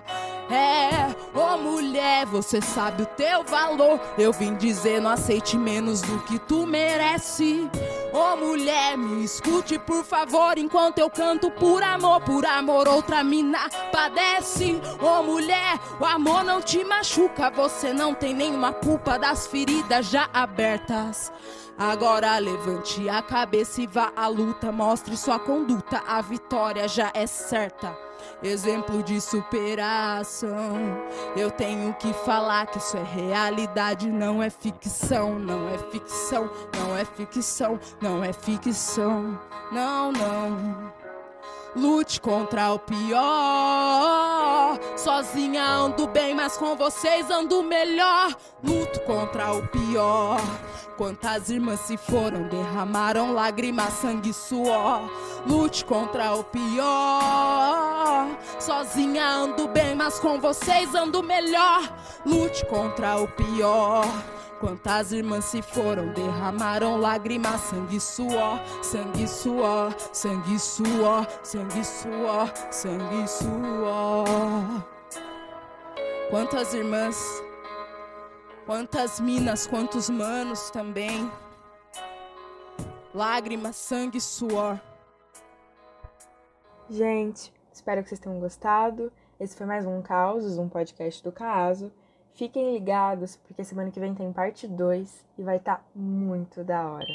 Ô mulher, você sabe o teu valor. Eu vim dizer, não aceite menos do que tu merece. Ô mulher, me escute por favor, enquanto eu canto por amor outra mina padece. Ô mulher, o amor não te machuca, você não tem nenhuma culpa das feridas já abertas. Agora levante a cabeça e vá à luta, mostre sua conduta, a vitória já é certa. Exemplo de superação, eu tenho que falar que isso é realidade, não é ficção, não é ficção, não é ficção, não é ficção, não, não. Lute contra o pior. Sozinha ando bem, mas com vocês ando melhor. Luto contra o pior. Quantas irmãs se foram, derramaram lágrimas, sangue e suor. Lute contra o pior. Sozinha ando bem, mas com vocês ando melhor. Lute contra o pior. Quantas irmãs se foram, derramaram lágrimas, sangue e suor, sangue e suor, sangue e suor, sangue e suor, sangue e suor. Quantas irmãs, quantas minas, quantos manos também. Lágrimas, sangue e suor. Gente, espero que vocês tenham gostado. Esse foi mais um Causos, um podcast do Caaso. Fiquem ligados, porque semana que vem tem parte 2 e vai estar muito da hora.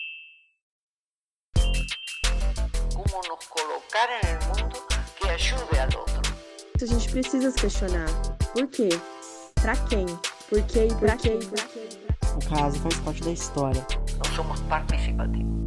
Como nos colocar no mundo que ajude ao outro. A gente precisa se questionar. Por quê? Pra quem? Por quê e pra quem? O caso faz parte da história. Nós somos participativos.